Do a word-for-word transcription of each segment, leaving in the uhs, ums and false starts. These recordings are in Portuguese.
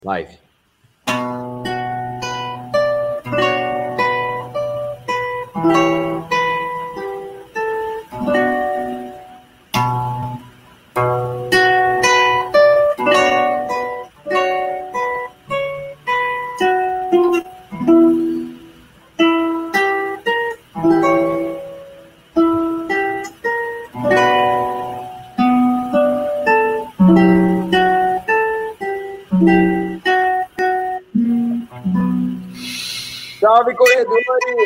Live. Salve, corredores!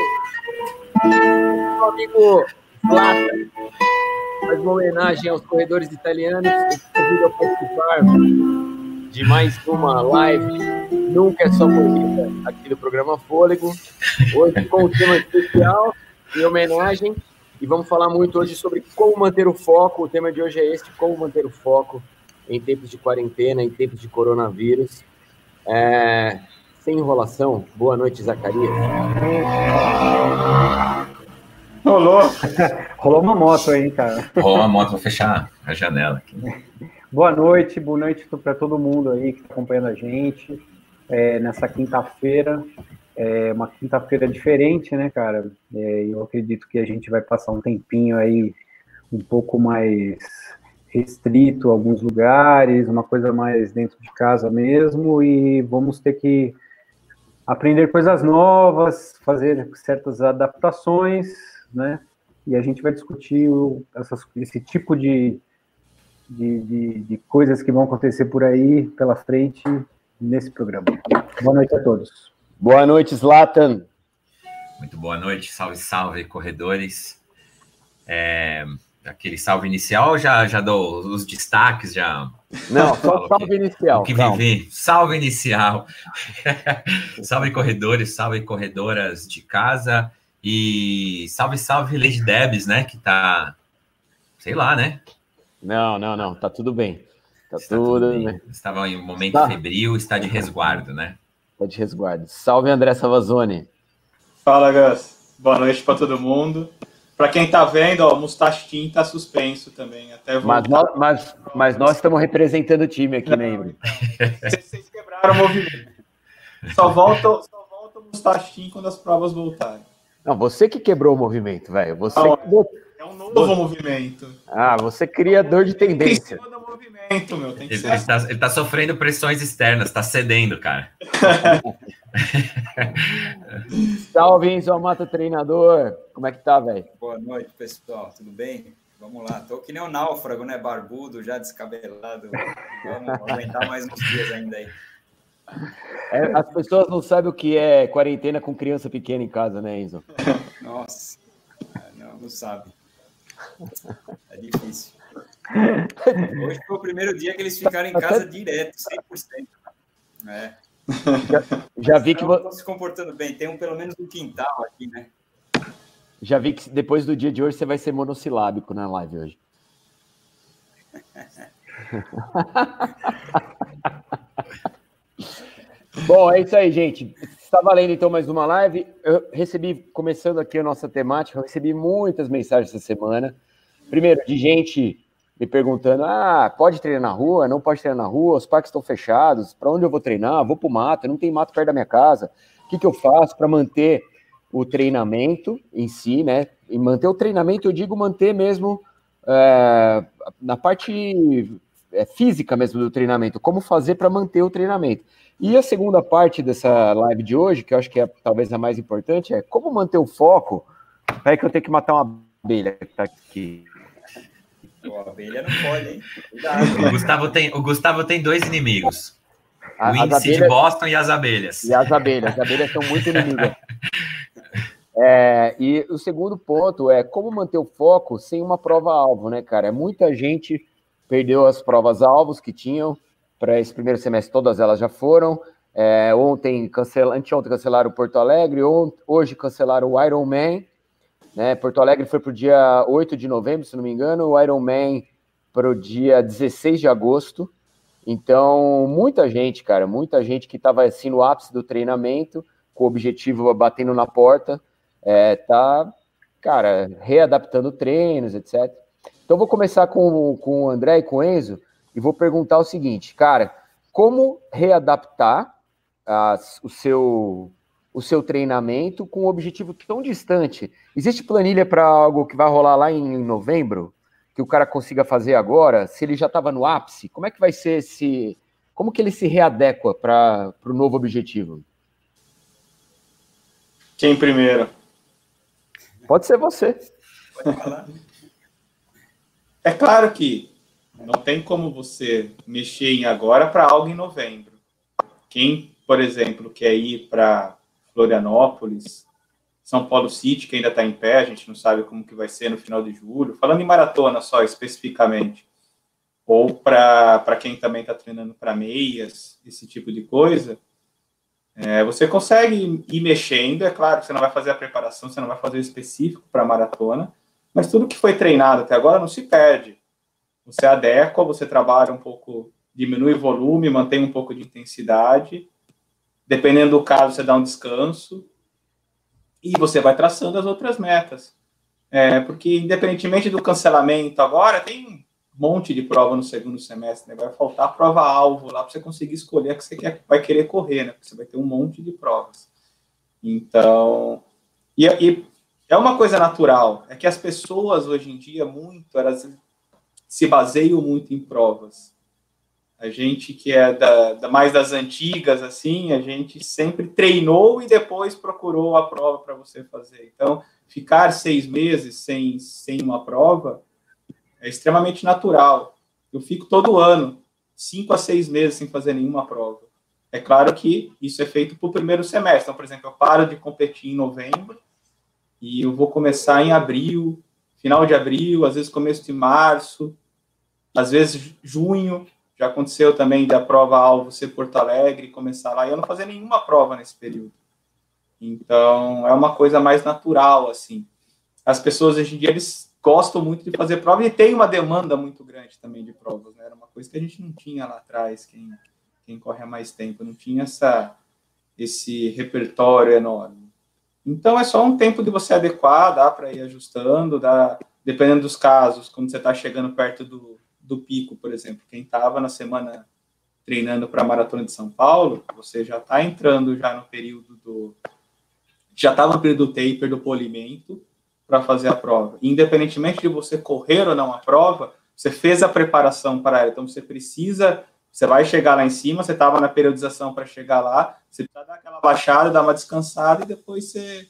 Meu amigo Zlatan faz uma homenagem aos corredores italianos e convido a participar de mais uma live Nunca é Só Corrida aqui do programa Fôlego. Hoje com um tema especial em homenagem e vamos falar muito hoje sobre como manter o foco. O tema de hoje é este, como manter o foco em tempos de quarentena, em tempos de coronavírus. É... Sem enrolação, boa noite, Zacarias. Rolou. Rolou uma moto aí, cara. Rolou uma moto, vou fechar a janela aqui. Boa noite, boa noite para todo mundo aí que está acompanhando a gente é, nessa quinta-feira. É uma quinta-feira diferente, né, cara? É, eu acredito que a gente vai passar um tempinho aí um pouco mais restrito a alguns lugares, uma coisa mais dentro de casa mesmo, e vamos ter que aprender coisas novas, fazer certas adaptações, né? E a gente vai discutir o, essas, esse tipo de, de, de, de coisas que vão acontecer por aí, pela frente, nesse programa. Boa noite a todos. Boa noite, Zlatan. Muito boa noite, salve, salve, corredores. É, aquele salve inicial, já, já dou os destaques, já... Não, só salve que, inicial. O que vivi. Salve inicial. Salve corredores, salve corredoras de casa e salve, salve Lady Debs, né? Que tá, sei lá, né? Não, não, não, tá tudo bem. Tá está tudo, tudo bem. bem. Estava em um momento tá. febril, está de resguardo, né? Está de resguardo. Salve André Savazone. Fala, Gus. Boa noite para todo mundo. Para quem tá vendo, ó, o Mustachim tá suspenso também. Até mas, nós, mas, mas nós estamos representando o time aqui, né, Ibro? Vocês quebraram o movimento. Só volta, só volta o Mustachim quando as provas voltarem. Não, você que quebrou o movimento, velho. Você Não, que... É um novo você... movimento. Ah, você criador de tendência. Tem que movimento, meu. Tem que ele, ser... ele, tá, ele tá sofrendo pressões externas, tá cedendo, cara. Salve, Enzo Amata, treinador. Como é que tá, velho? Boa noite, pessoal. Tudo bem? Vamos lá. Tô que nem um náufrago, né? Barbudo, já descabelado. Vamos aguentar mais uns dias ainda aí. É, as pessoas não sabem o que é quarentena com criança pequena em casa, né, Enzo? Nossa. Não, não sabe. É difícil. Hoje foi o primeiro dia que eles ficaram em casa Até... direto, cem por cento. É. Já, já vi que estão se comportando bem. Tem um, pelo menos um quintal aqui, né? Já vi que depois do dia de hoje você vai ser monossilábico na live hoje. Bom, é isso aí, gente. Está valendo então mais uma live. Eu recebi, começando aqui a nossa temática, eu recebi muitas mensagens essa semana. Primeiro, de gente me perguntando, ah, pode treinar na rua? Não pode treinar na rua? Os parques estão fechados. Para onde eu vou treinar? Vou para o mato, não tem mato perto da minha casa. O que, que eu faço para manter o treinamento em si, né? E manter o treinamento, eu digo manter mesmo é, na parte é, física mesmo do treinamento. Como fazer para manter o treinamento. E a segunda parte dessa live de hoje, que eu acho que é talvez a mais importante, é como manter o foco. Peraí que eu tenho que matar uma abelha que tá aqui. Pô, a abelha não pode, hein? O Gustavo tem, o Gustavo tem dois inimigos. A, o índice abelhas, de Boston e as abelhas. E as abelhas. As abelhas são muito inimigas. É, e o segundo ponto é como manter o foco sem uma prova-alvo, né, cara? Muita gente perdeu as provas-alvos que tinham para esse primeiro semestre, todas elas já foram. É, ontem, cancela, anteontem cancelaram o Porto Alegre, hoje cancelaram o Ironman. Né? Porto Alegre foi para o dia oito de novembro, se não me engano, o Ironman para o dia dezesseis de agosto. Então, muita gente, cara, muita gente que estava assim no ápice do treinamento, com o objetivo batendo na porta, é, tá, cara, readaptando treinos, etcétera. Então, vou começar com, com o André e com o Enzo e vou perguntar o seguinte, cara, como readaptar as, o, seu, o seu treinamento com um objetivo tão distante. Existe planilha para algo que vai rolar lá em novembro, que o cara consiga fazer agora, se ele já estava no ápice? Como é que vai ser esse... Como que ele se readequa para o novo objetivo? Quem primeiro? Pode ser você. Pode falar. É claro que não tem como você mexer em agora para algo em novembro. Quem, por exemplo, quer ir para Florianópolis, São Paulo City, que ainda está em pé, a gente não sabe como que vai ser no final de julho, falando em maratona só, especificamente, ou para quem também está treinando para meias, esse tipo de coisa, é, você consegue ir mexendo, é claro que você não vai fazer a preparação, você não vai fazer o específico para a maratona, mas tudo que foi treinado até agora não se perde. Você adequa, você trabalha um pouco, diminui o volume, mantém um pouco de intensidade, dependendo do caso, você dá um descanso, e você vai traçando as outras metas. É, porque, independentemente do cancelamento agora, tem um monte de prova no segundo semestre, né? Vai faltar prova-alvo lá para você conseguir escolher a que você quer, vai querer correr, né? Porque você vai ter um monte de provas. Então, e, e é uma coisa natural, é que as pessoas hoje em dia, muito, elas se baseiam muito em provas. A gente que é da, da, mais das antigas, assim, a gente sempre treinou e depois procurou a prova para você fazer. Então, ficar seis meses sem, sem uma prova é extremamente natural. Eu fico todo ano, cinco a seis meses sem fazer nenhuma prova. É claro que isso é feito para o primeiro semestre. Então, por exemplo, eu paro de competir em novembro e eu vou começar em abril, final de abril, às vezes começo de março, às vezes junho. Já aconteceu também da prova-alvo ser Porto Alegre, começar lá, e eu não fazer nenhuma prova nesse período. Então, é uma coisa mais natural, assim. As pessoas, hoje em dia, eles gostam muito de fazer prova e tem uma demanda muito grande também de provas, né? Era uma coisa que a gente não tinha lá atrás, quem, quem corre há mais tempo, não tinha essa, esse repertório enorme. Então, é só um tempo de você adequar, dá para ir ajustando, dá, dependendo dos casos, quando você está chegando perto do, do pico, por exemplo, quem estava na semana treinando para a Maratona de São Paulo, você já está entrando já no período do... já estava no período do taper, do polimento, para fazer a prova. Independentemente de você correr ou não a prova, você fez a preparação para ela. Então, você precisa... Você vai chegar lá em cima, você estava na periodização para chegar lá, você precisa dar aquela baixada, dar uma descansada e depois você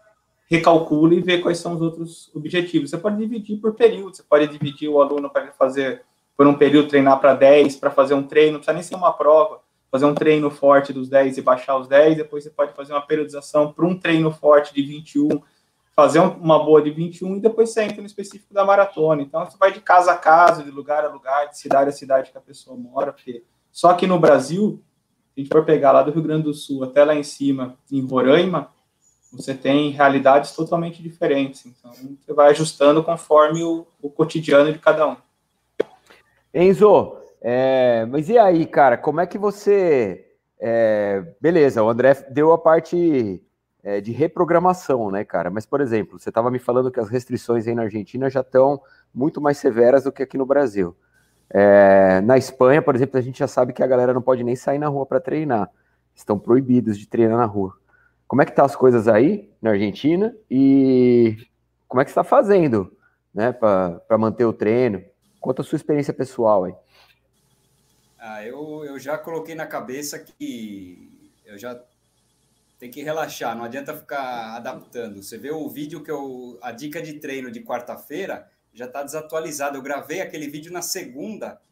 recalcula e vê quais são os outros objetivos. Você pode dividir por período, você pode dividir o aluno para ele fazer, por um período, treinar para dez, para fazer um treino, não precisa nem ser uma prova, fazer um treino forte dos dez e baixar os dez, depois você pode fazer uma periodização para um treino forte de vinte e um, fazer uma boa de vinte e um e depois você entra no específico da maratona. Então, você vai de casa a casa, de lugar a lugar, de cidade a cidade que a pessoa mora, porque só aqui no Brasil, se a gente for pegar lá do Rio Grande do Sul até lá em cima, em Roraima, você tem realidades totalmente diferentes. Então, você vai ajustando conforme o, o cotidiano de cada um. Enzo, é, mas e aí, cara, como é que você... É, beleza, o André deu a parte... É, de reprogramação, né, cara? Mas, por exemplo, você estava me falando que as restrições aí na Argentina já estão muito mais severas do que aqui no Brasil. É, na Espanha, por exemplo, a gente já sabe que a galera não pode nem sair na rua para treinar. Estão proibidos de treinar na rua. Como é que tá as coisas aí na Argentina e como é que você está fazendo, né, para manter o treino? Conta a sua experiência pessoal aí. Ah, eu, eu já coloquei na cabeça que eu já tem que relaxar, não adianta ficar adaptando. Você vê o vídeo que eu... A dica de treino de quarta-feira já está desatualizada. Eu gravei aquele vídeo na segunda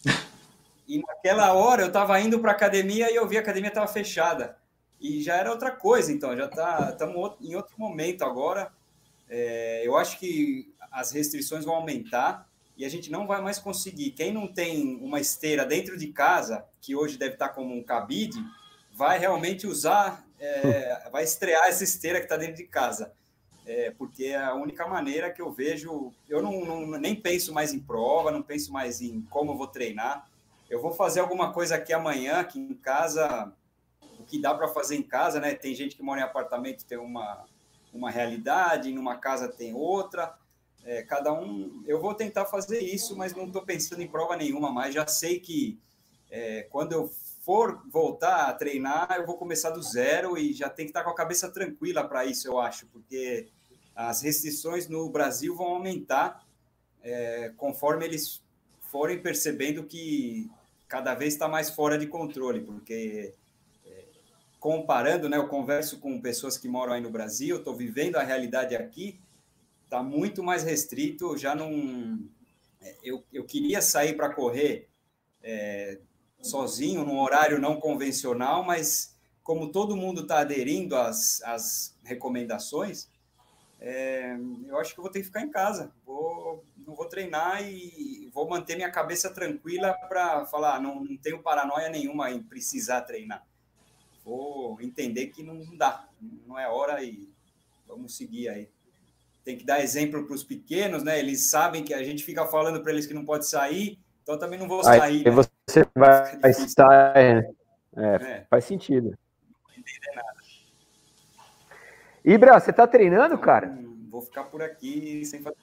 e naquela hora eu estava indo para a academia e eu vi a academia estava fechada. E já era outra coisa, então. Já tá, estamos em outro momento agora. É, eu acho que as restrições vão aumentar e a gente não vai mais conseguir. Quem não tem uma esteira dentro de casa, que hoje deve estar como um cabide, vai realmente usar... É, vai estrear essa esteira que está dentro de casa, é, porque é a única maneira que eu vejo. Eu não, não, nem penso mais em prova, não penso mais em como eu vou treinar. Eu vou fazer alguma coisa aqui amanhã, aqui em casa, o que dá para fazer em casa, né? Tem gente que mora em apartamento, tem uma, uma realidade, em uma casa tem outra, é, cada um... Eu vou tentar fazer isso, mas não estou pensando em prova nenhuma mais. Já sei que é, quando eu for voltar a treinar, eu vou começar do zero e já tem que estar com a cabeça tranquila para isso, eu acho, porque as restrições no Brasil vão aumentar é, conforme eles forem percebendo que cada vez está mais fora de controle, porque é, comparando, né, eu converso com pessoas que moram aí no Brasil, estou vivendo a realidade aqui, está muito mais restrito, já não... Eu, eu queria sair para correr é, sozinho, num horário não convencional, mas como todo mundo está aderindo às, às recomendações, é, eu acho que eu vou ter que ficar em casa, vou, não vou treinar e vou manter minha cabeça tranquila para falar, não, não tenho paranoia nenhuma em precisar treinar. Vou entender que não dá, não é hora e vamos seguir aí. Tem que dar exemplo para os pequenos, né? Eles sabem que a gente fica falando para eles que não pode sair, então também não vou sair. Aí né? Você vai estar. É, é, faz sentido. Não entender nada. Ibra, você está treinando, cara? Hum, vou ficar por aqui sem fazer.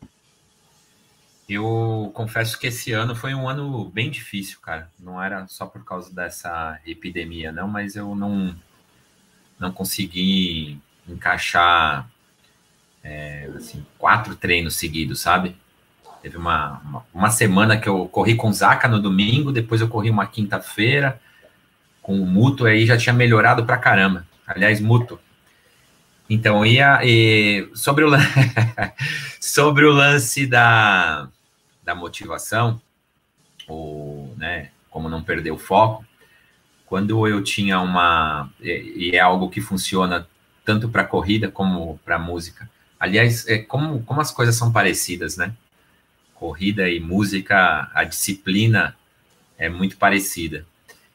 Eu confesso que esse ano foi um ano bem difícil, cara. Não era só por causa dessa epidemia, não, mas eu não, não consegui encaixar. É, assim, quatro treinos seguidos, sabe? Teve uma, uma, uma semana que eu corri com o Zaca no domingo, depois eu corri uma quinta-feira com o Muto, aí já tinha melhorado pra caramba. Aliás, Muto. Então, ia, e sobre, o, sobre o lance da, da motivação, o, né, como não perder o foco, quando eu tinha uma... E, e é algo que funciona tanto para corrida como para música. Aliás, é como, como as coisas são parecidas, né? Corrida e música, a disciplina é muito parecida.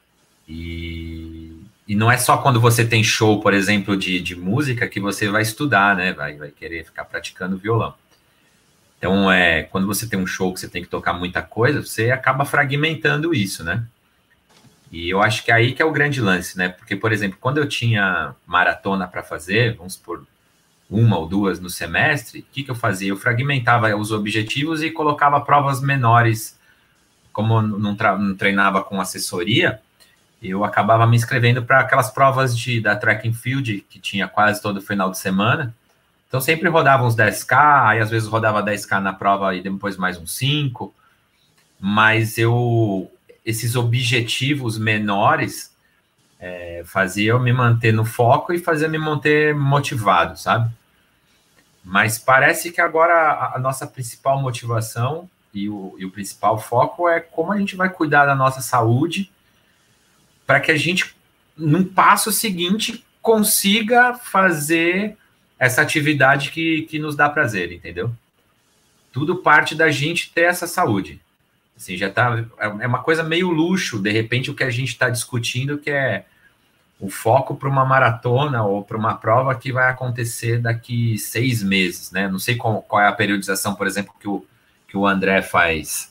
E, e não é só quando você tem show, por exemplo, de, de música que você vai estudar, né? Vai, vai querer ficar praticando violão. Então, é, quando você tem um show que você tem que tocar muita coisa, você acaba fragmentando isso, né? E eu acho que é aí que é o grande lance, né? Porque, por exemplo, quando eu tinha maratona para fazer, vamos supor, uma ou duas no semestre, o que, que eu fazia? Eu fragmentava os objetivos e colocava provas menores. Como não, não treinava com assessoria, eu acabava me inscrevendo para aquelas provas de, da track and field, que tinha quase todo final de semana. Então, sempre rodava uns dez K, aí às vezes rodava dez K na prova e depois mais uns cinco. Mas eu, esses objetivos menores é, fazia eu me manter no foco e fazia me manter motivado, sabe? Mas parece que agora a, a nossa principal motivação e o, e o principal foco é como a gente vai cuidar da nossa saúde para que a gente, num passo seguinte, consiga fazer essa atividade que, que nos dá prazer, entendeu? Tudo parte da gente ter essa saúde. Assim, já tá, é uma coisa meio luxo, de repente, o que a gente está discutindo, que é o foco para uma maratona ou para uma prova que vai acontecer daqui seis meses, né? Não sei qual, qual é a periodização, por exemplo, que o, que o André faz,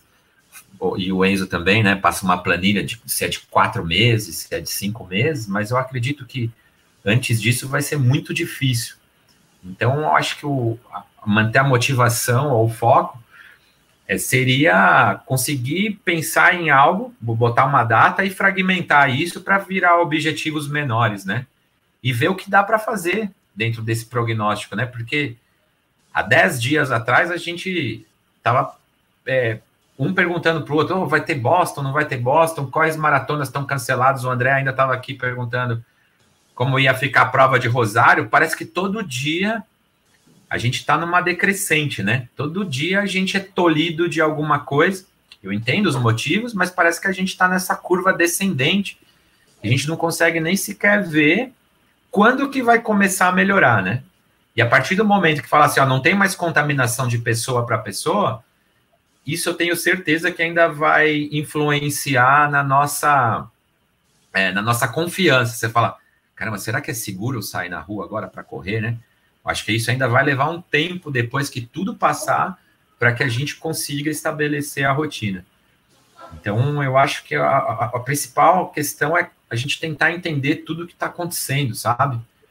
e o Enzo também, né? Passa uma planilha de se é de quatro meses, se é de cinco meses, mas eu acredito que antes disso vai ser muito difícil. Então, eu acho que o, manter a motivação ou o foco é, seria conseguir pensar em algo, botar uma data e fragmentar isso para virar objetivos menores, né? E ver o que dá para fazer dentro desse prognóstico, né? Porque há dez dias atrás a gente estava é, um perguntando para o outro, oh, vai ter Boston, não vai ter Boston, quais maratonas estão canceladas? O André ainda estava aqui perguntando como ia ficar a prova de Rosário. Parece que todo dia a gente está numa decrescente, né? Todo dia a gente é tolhido de alguma coisa. Eu entendo os motivos, mas parece que a gente está nessa curva descendente. A gente não consegue nem sequer ver quando que vai começar a melhorar, né? E a partir do momento que fala assim, ó, não tem mais contaminação de pessoa para pessoa, isso eu tenho certeza que ainda vai influenciar na nossa, é, na nossa confiança. Você fala, caramba, será que é seguro eu sair na rua agora para correr, né? Acho que isso ainda vai levar um tempo depois que tudo passar para que a gente consiga estabelecer a rotina. Então, eu acho que a, a, a principal questão é a gente tentar entender tudo o que está acontecendo, sabe?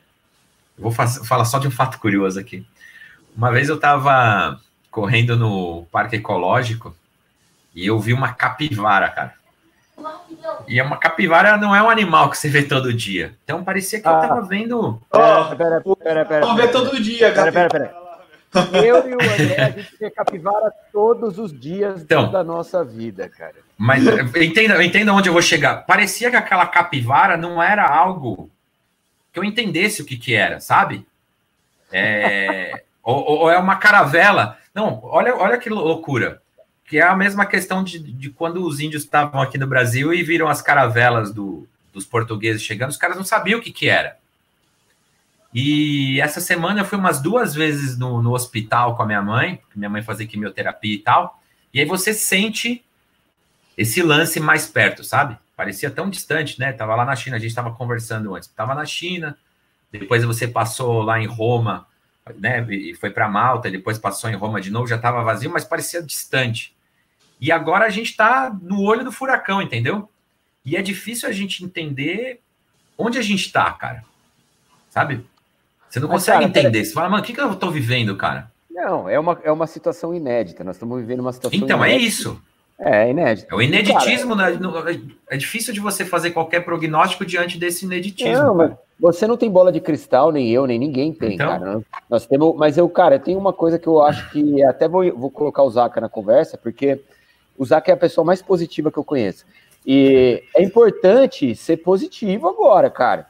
Eu vou faz, falar só de um fato curioso aqui. Uma vez eu estava correndo no Parque Ecológico e eu vi uma capivara, cara. E uma capivara não é um animal que você vê todo dia. Então parecia que ah. eu tava vendo... Oh, pera, pera, pera, Vamos ver todo dia, pera, pera, pera. Eu e o André, a gente vê capivara todos os dias então, da nossa vida, cara. Mas entenda, entenda onde eu vou chegar. Parecia que aquela capivara não era algo que eu entendesse o que que era, sabe? É, ou, ou é uma caravela. Não, olha, olha que loucura. Que é a mesma questão de, de quando os índios estavam aqui no Brasil e viram as caravelas do, dos portugueses chegando, os caras não sabiam o que que era. E essa semana eu fui umas duas vezes no, no hospital com a minha mãe, porque minha mãe fazia quimioterapia e tal, e aí você sente esse lance mais perto, sabe? Parecia tão distante, né? Tava lá na China, a gente estava conversando antes. Tava na China, depois você passou lá em Roma, né? E foi para Malta, depois passou em Roma de novo, já estava vazio, mas parecia distante. E agora a gente está no olho do furacão, entendeu? E é difícil a gente entender onde a gente está, cara. Sabe? Você não mas, consegue cara, entender. Você fala, mano, o que, que eu tô vivendo, cara? Não, é uma, é uma situação inédita. Nós estamos vivendo uma situação Então, inédita. é isso. É, é inédito. É o ineditismo. Cara, né? É difícil de você fazer qualquer prognóstico diante desse ineditismo. Não, mas você não tem bola de cristal, nem eu, nem ninguém tem, então... cara. Nós temos, mas eu, cara, tem uma coisa que eu acho que até vou, vou colocar o Zaca na conversa, porque o Zaca é a pessoa mais positiva que eu conheço. E é importante ser positivo agora, cara.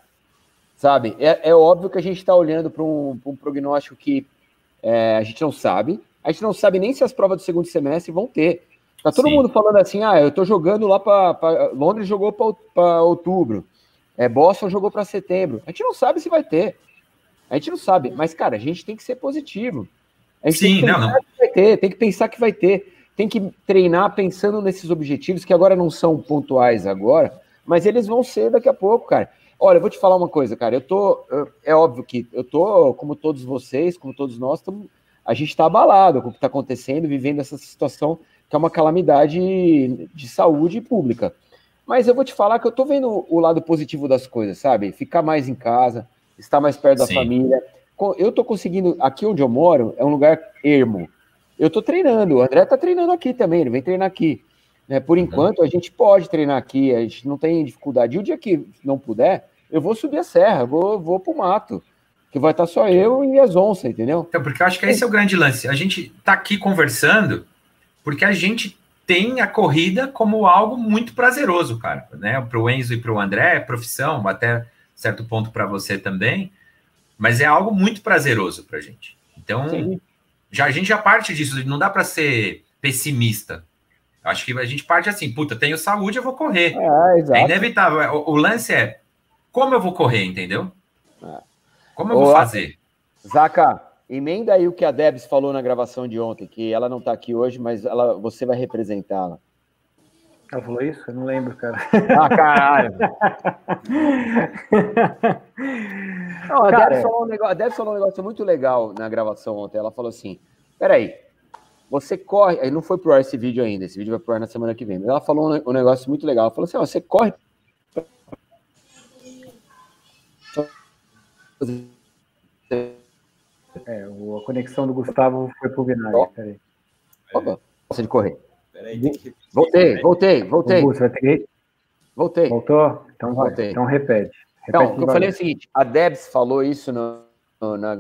Sabe? É, é óbvio que a gente está olhando para um, um prognóstico que é, a gente não sabe. A gente não sabe nem se as provas do segundo semestre vão ter. Tá todo Sim. mundo falando assim, ah, eu tô jogando lá para... Londres jogou para outubro. É, Boston jogou para setembro. A gente não sabe se vai ter. A gente não sabe. Mas, cara, a gente tem que ser positivo. A gente Sim, tem que não, não. Que vai ter, tem que pensar que vai ter. Tem que treinar pensando nesses objetivos, que agora não são pontuais agora, mas eles vão ser daqui a pouco, cara. Olha, eu vou te falar uma coisa, cara. Eu tô. É óbvio que eu tô, como todos vocês, como todos nós, tamo, a gente está abalado com o que está acontecendo, vivendo essa situação que é uma calamidade de saúde pública. Mas eu vou te falar que eu tô vendo o lado positivo das coisas, sabe? Ficar mais em casa, estar mais perto da Sim. família. Eu tô conseguindo. Aqui onde eu moro é um lugar ermo. Eu tô treinando. O André tá treinando aqui também. Ele vem treinar aqui. Né? Por enquanto, a gente pode treinar aqui, a gente não tem dificuldade. E o dia que não puder, eu vou subir a serra, vou, vou pro mato, que vai estar só eu e as onças, entendeu? Então, porque eu acho que esse é o grande lance. A gente tá aqui conversando porque a gente tem a corrida como algo muito prazeroso, cara. Né? Pro Enzo e pro André, é profissão, até certo ponto para você também, mas é algo muito prazeroso pra gente. Então, já, a gente já parte disso, não dá para ser pessimista. Acho que a gente parte assim, puta, tenho saúde, eu vou correr. É, exato. É inevitável. O, o lance é como eu vou correr, entendeu? É. Como eu Ô, vou fazer? Zaca, emenda aí o que a Debs falou na gravação de ontem, que ela não tá aqui hoje, mas ela, você vai representá-la. Ela falou isso? Eu não lembro, cara. Ah, caralho. Não, a, cara, Debs falou um negócio, a Debs falou um negócio muito legal na gravação ontem. Ela falou assim, peraí, você corre... Aí não foi pro ar esse vídeo ainda, esse vídeo vai pro ar na semana que vem. Mas ela falou um negócio muito legal. Ela falou assim, ó, você corre... É, a conexão do Gustavo foi pro vinagre. Peraí. Opa, gosta de correr. Peraí, tem que... Voltei, voltei, voltei. Augusto, vai ter que... Voltei. Voltou? Então vai. Voltei. Então repete. repete então, o que eu falei é o seguinte, a Debs falou isso no, no, na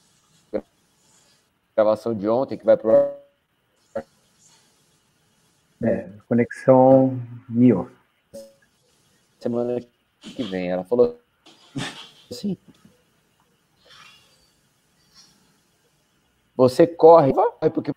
gravação de ontem, que vai pro ar. É, conexão mil. Semana que vem. Ela falou assim, você corre, vai porque...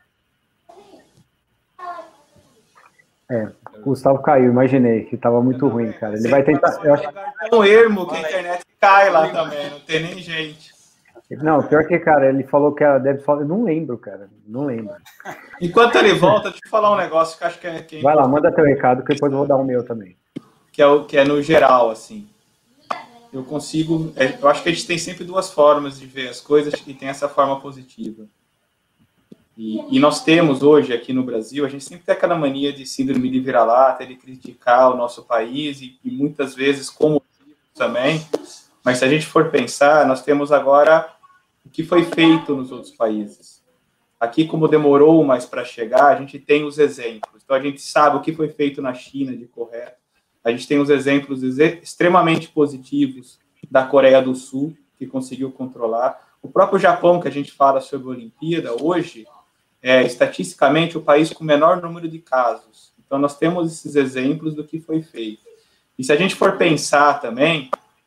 É, o Gustavo caiu, imaginei, que tava muito ruim, cara. Ele vai tentar... Eu acho... É um ermo que a internet cai lá também, não tem nem gente. Não, pior que, cara, ele falou que a Debs falou... Eu não lembro, cara, não lembro. Enquanto ele volta, deixa eu falar um negócio que acho que é... Que é vai lá, manda teu recado, que depois eu vou dar o meu também. Que é, o, que é no geral, assim. Eu consigo... Eu acho que a gente tem sempre duas formas de ver as coisas e tem essa forma positiva. E, e nós temos hoje aqui no Brasil, a gente sempre tem aquela mania de síndrome de vira-lata, de criticar o nosso país e, e muitas vezes como também, mas se a gente for pensar, nós temos agora o que foi feito nos outros países. Aqui, como demorou mais para chegar, a gente tem os exemplos. Então, a gente sabe o que foi feito na China de correto, A gente tem os exemplos extremamente positivos da Coreia do Sul, que conseguiu controlar. O próprio Japão, que a gente fala sobre a Olimpíada, hoje, é estatisticamente o país com o menor número de casos. Então, nós temos esses exemplos do que foi feito. E se a gente for pensar também,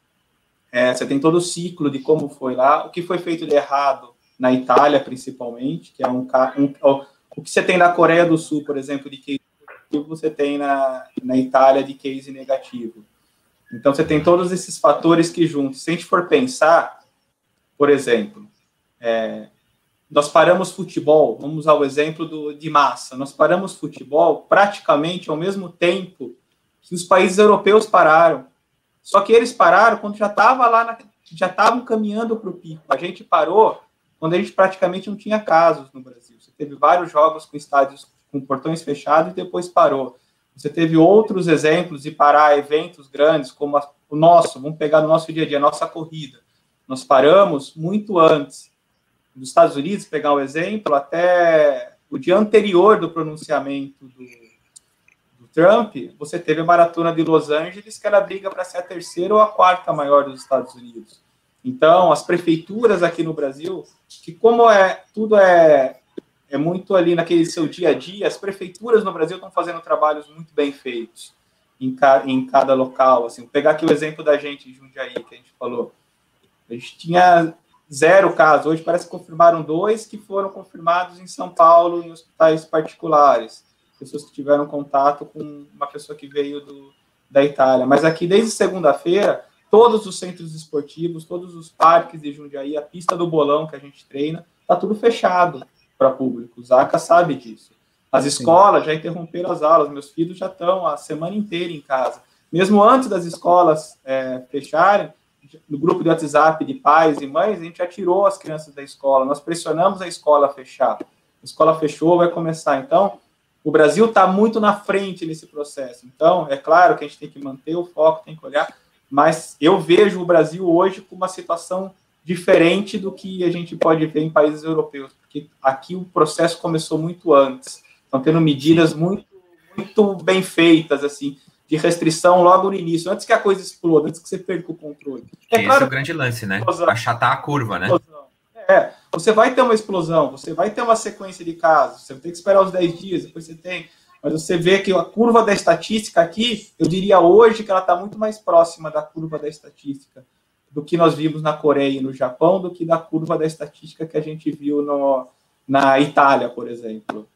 é, você tem todo o ciclo de como foi lá, o que foi feito de errado na Itália, principalmente, que é um, um o que você tem na Coreia do Sul, por exemplo, de case positivo, você tem na, na Itália de case negativo. Então, você tem todos esses fatores que juntos. Se a gente for pensar, por exemplo, é, nós paramos futebol, vamos usar o exemplo do, de massa, nós paramos futebol praticamente ao mesmo tempo que os países europeus pararam. Só que eles pararam quando já estava lá, na, já estavam caminhando para o pico. A gente parou quando a gente praticamente não tinha casos no Brasil. Você teve vários jogos com estádios com portões fechados e depois parou. Você teve outros exemplos de parar eventos grandes, como a, o nosso, vamos pegar no nosso dia a dia, a nossa corrida. Nós paramos muito antes. Nos Estados Unidos, pegar um exemplo, até o dia anterior do pronunciamento do, do Trump, você teve a maratona de Los Angeles, que era briga para ser a terceira ou a quarta maior dos Estados Unidos. Então, as prefeituras aqui no Brasil, que como é tudo é, é muito ali naquele seu dia a dia, as prefeituras no Brasil estão fazendo trabalhos muito bem feitos em, ca, em cada local. Assim, vou pegar aqui o exemplo da gente em Jundiaí, que a gente falou. A gente tinha zero casos, hoje parece que confirmaram dois que foram confirmados em São Paulo, em hospitais particulares. Pessoas que tiveram contato com uma pessoa que veio do, da Itália. Mas aqui, desde segunda-feira, todos os centros esportivos, todos os parques de Jundiaí, a pista do bolão que a gente treina, está tudo fechado para público. O Zaca sabe disso. As escolas Sim. já interromperam as aulas, meus filhos já estão a semana inteira em casa. Mesmo antes das escolas é, fecharem, no grupo de WhatsApp de pais e mães, a gente já tirou as crianças da escola, nós pressionamos a escola a fechar. A escola fechou, vai começar. Então, o Brasil está muito na frente nesse processo. Então, é claro que a gente tem que manter o foco, tem que olhar, mas eu vejo o Brasil hoje com uma situação diferente do que a gente pode ver em países europeus, porque aqui o processo começou muito antes. Estão tendo medidas muito, muito bem feitas, assim, de restrição logo no início, antes que a coisa exploda, antes que você perca o controle. É Esse claro, é o grande lance, né? Explosão. Achatar a curva, né? É, você vai ter uma explosão, você vai ter uma sequência de casos, você tem que esperar os dez dias, depois você tem... Mas você vê que a curva da estatística aqui, eu diria hoje que ela está muito mais próxima da curva da estatística do que nós vimos na Coreia e no Japão, do que da curva da estatística que a gente viu no, na Itália, por exemplo.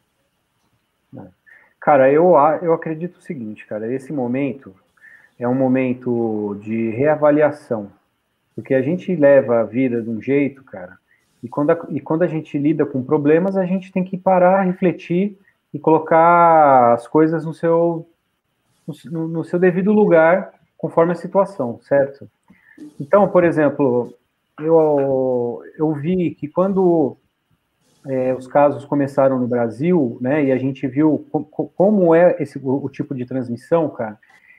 Cara, eu, eu acredito o seguinte, cara, esse momento é um momento de reavaliação, porque a gente leva a vida de um jeito, cara, e quando a, e quando a gente lida com problemas, a gente tem que parar, refletir e colocar as coisas no seu, no, no seu devido lugar, conforme a situação, certo? Então, por exemplo, eu, eu vi que quando é, os casos começaram no Brasil, né, e a gente viu com, como é esse, o, o tipo de transmissão, cara,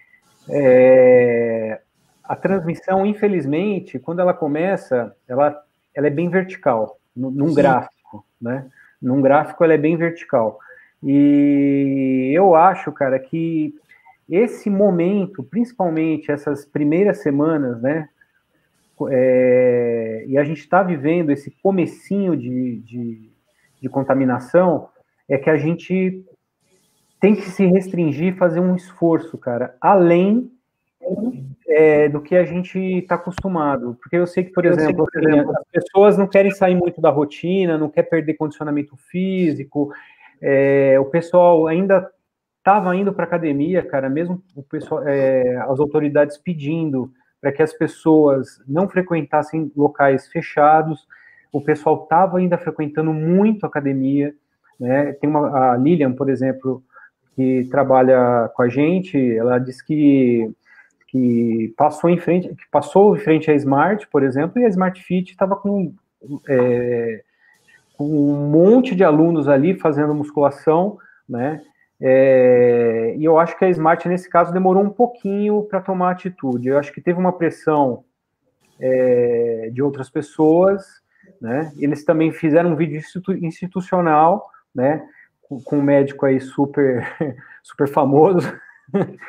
é, a transmissão, infelizmente, quando ela começa, ela, ela é bem vertical, num, num gráfico, né? Num gráfico ela é bem vertical. E eu acho, cara, que esse momento, principalmente essas primeiras semanas, né, é, e a gente está vivendo esse comecinho de, de, de contaminação, é que a gente tem que se restringir, fazer um esforço, cara, além é, do que a gente está acostumado. Porque eu sei que, por exemplo, que, por exemplo, as pessoas não querem sair muito da rotina, não quer perder condicionamento físico. É, o pessoal ainda estava indo para academia, cara, mesmo o pessoal, é, as autoridades pedindo para que as pessoas não frequentassem locais fechados, o pessoal estava ainda frequentando muito academia, né? Tem uma, a Lilian, por exemplo, que trabalha com a gente, ela disse que, que passou em frente, que passou em frente à Smart, por exemplo, e a Smart Fit estava com é, um monte de alunos ali fazendo musculação, né, é, e eu acho que a Smart, nesse caso, demorou um pouquinho para tomar atitude. Eu acho que teve uma pressão é, de outras pessoas, né, eles também fizeram um vídeo institu institucional, né, com, com um médico aí super, super famoso,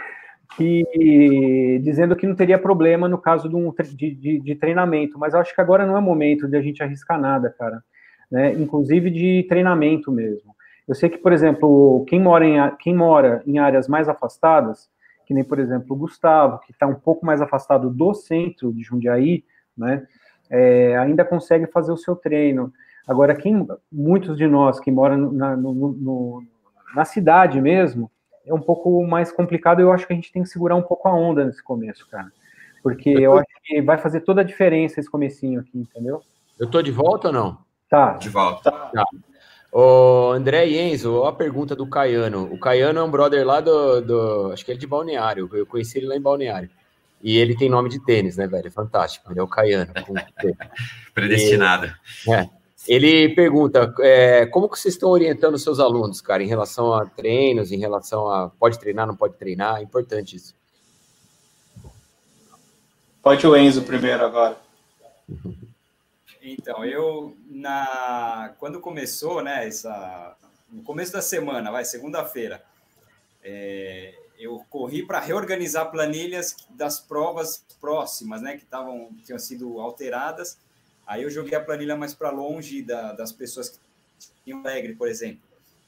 que, dizendo que não teria problema no caso de, um, de, de, de treinamento, mas eu acho que agora não é momento de a gente arriscar nada, cara, né? Inclusive de treinamento mesmo. Eu sei que, por exemplo, quem mora em, quem mora em áreas mais afastadas, que nem, por exemplo, o Gustavo, que está um pouco mais afastado do centro de Jundiaí, né, é, ainda consegue fazer o seu treino. Agora, quem, muitos de nós que moram na, no, no, na cidade mesmo, é um pouco mais complicado. Eu acho que a gente tem que segurar um pouco a onda nesse começo, cara, porque eu acho que vai fazer toda a diferença esse comecinho aqui, entendeu? Eu tô de volta ou não? Tá. De volta. Tá. Ô, André e Enzo, ó a pergunta do Caiano. O Caiano é um brother lá do, do... Acho que ele é de Balneário. Eu conheci ele lá em Balneário. E ele tem nome de tênis, né, velho? É fantástico. Ele é o Caiano. Predestinado. E, é. Ele pergunta, é, como que vocês estão orientando os seus alunos, cara, em relação a treinos, em relação a pode treinar, não pode treinar? É importante isso. Pode o Enzo primeiro agora. Então, eu, na, quando começou, né, essa, no começo da semana, vai, segunda-feira, é, eu corri para reorganizar planilhas das provas próximas, né, que tavam, tinham sido alteradas. Aí eu joguei a planilha mais para longe da, das pessoas que tinham Alegre, por exemplo.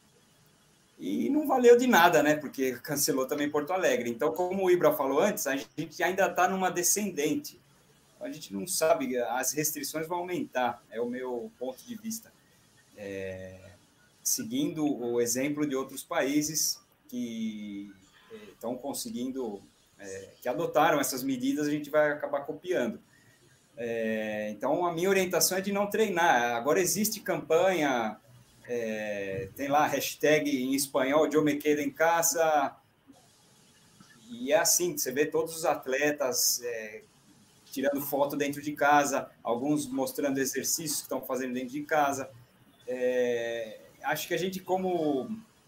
E não valeu de nada, né, porque cancelou também Porto Alegre. Então, como o Ibra falou antes, a gente ainda está numa descendente. A gente não sabe, as restrições vão aumentar, é o meu ponto de vista. É, seguindo o exemplo de outros países que estão conseguindo, é, que adotaram essas medidas, a gente vai acabar copiando. É, então, a minha orientação é de não treinar. Agora existe campanha, é, tem lá hashtag em espanhol, eu me quedo em casa, e é assim, você vê todos os atletas... É, tirando foto dentro de casa, alguns mostrando exercícios que estão fazendo dentro de casa. É, acho que a gente, como,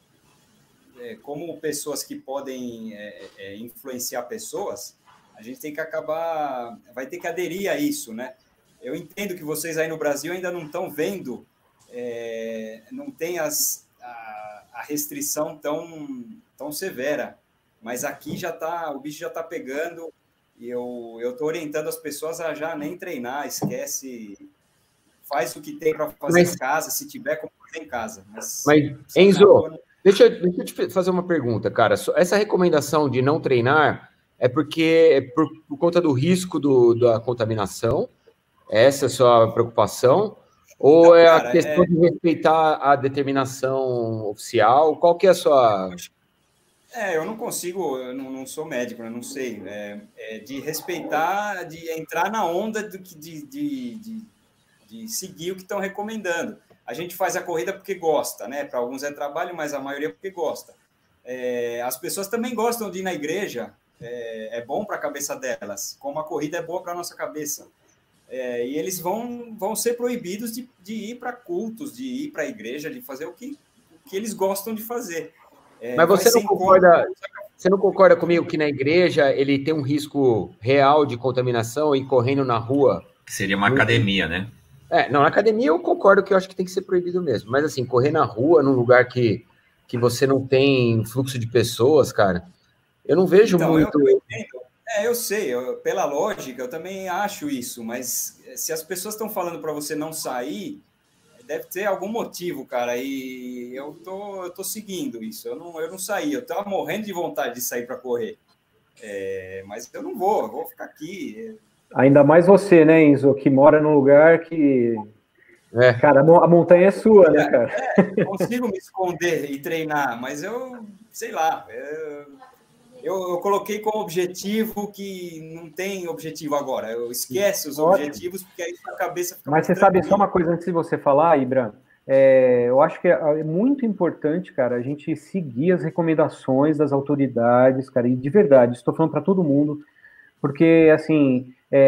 é, como pessoas que podem é, é, influenciar pessoas, a gente tem que acabar, vai ter que aderir a isso, né? Eu entendo que vocês aí no Brasil ainda não estão vendo, é, não tem as, a, a restrição tão, tão severa, mas aqui já tá, o bicho já está pegando. E eu estou orientando as pessoas a já nem treinar, esquece, faz o que tem para fazer mas, em casa, se tiver como fazer em casa. Mas, mas Enzo, não... deixa, deixa eu te fazer uma pergunta, cara. Essa recomendação de não treinar é porque é por, por conta do risco do, da contaminação? Essa é a sua preocupação? Ou não, é cara, a questão é... de respeitar a determinação oficial? Qual que é a sua... É, eu não consigo, eu não, não sou médico, eu não sei, é, é de respeitar, de entrar na onda do que, de, de, de, de seguir o que estão recomendando. A gente faz a corrida porque gosta, né? Para alguns é trabalho, mas a maioria porque gosta. É, as pessoas também gostam de ir na igreja, é, é bom para a cabeça delas, como a corrida é boa para a nossa cabeça. É, e eles vão, vão ser proibidos de, de ir para cultos, de ir para a igreja, de fazer o que, o que eles gostam de fazer. É, mas você não, concorda, você não concorda comigo que na igreja ele tem um risco real de contaminação e correndo na rua? Seria uma academia, né? É, não, na academia eu concordo que eu acho que tem que ser proibido mesmo. Mas assim, correr na rua, num lugar que, que você não tem fluxo de pessoas, cara, eu não vejo então, muito... Eu, eu entendo. É, eu sei, eu, pela lógica, eu também acho isso, mas se as pessoas estão falando para você não sair... Deve ter algum motivo, cara, e eu tô, eu tô seguindo isso. Eu não, eu não saí, eu tava morrendo de vontade de sair para correr, é, mas eu não vou, eu vou ficar aqui. Ainda mais você, né, Enzo, que mora num lugar que... É. Cara, a montanha é sua, né, cara? É, é, consigo me esconder e treinar, mas eu, sei lá, eu, eu, eu coloquei como objetivo que não tem objetivo agora. Eu esqueço os Ótimo. objetivos, porque aí a cabeça fica Mas você tranquila. Sabe, só uma coisa antes de você falar, Ibra, é, eu acho que é muito importante, cara, a gente seguir as recomendações das autoridades, cara, e de verdade, estou falando para todo mundo, porque, assim,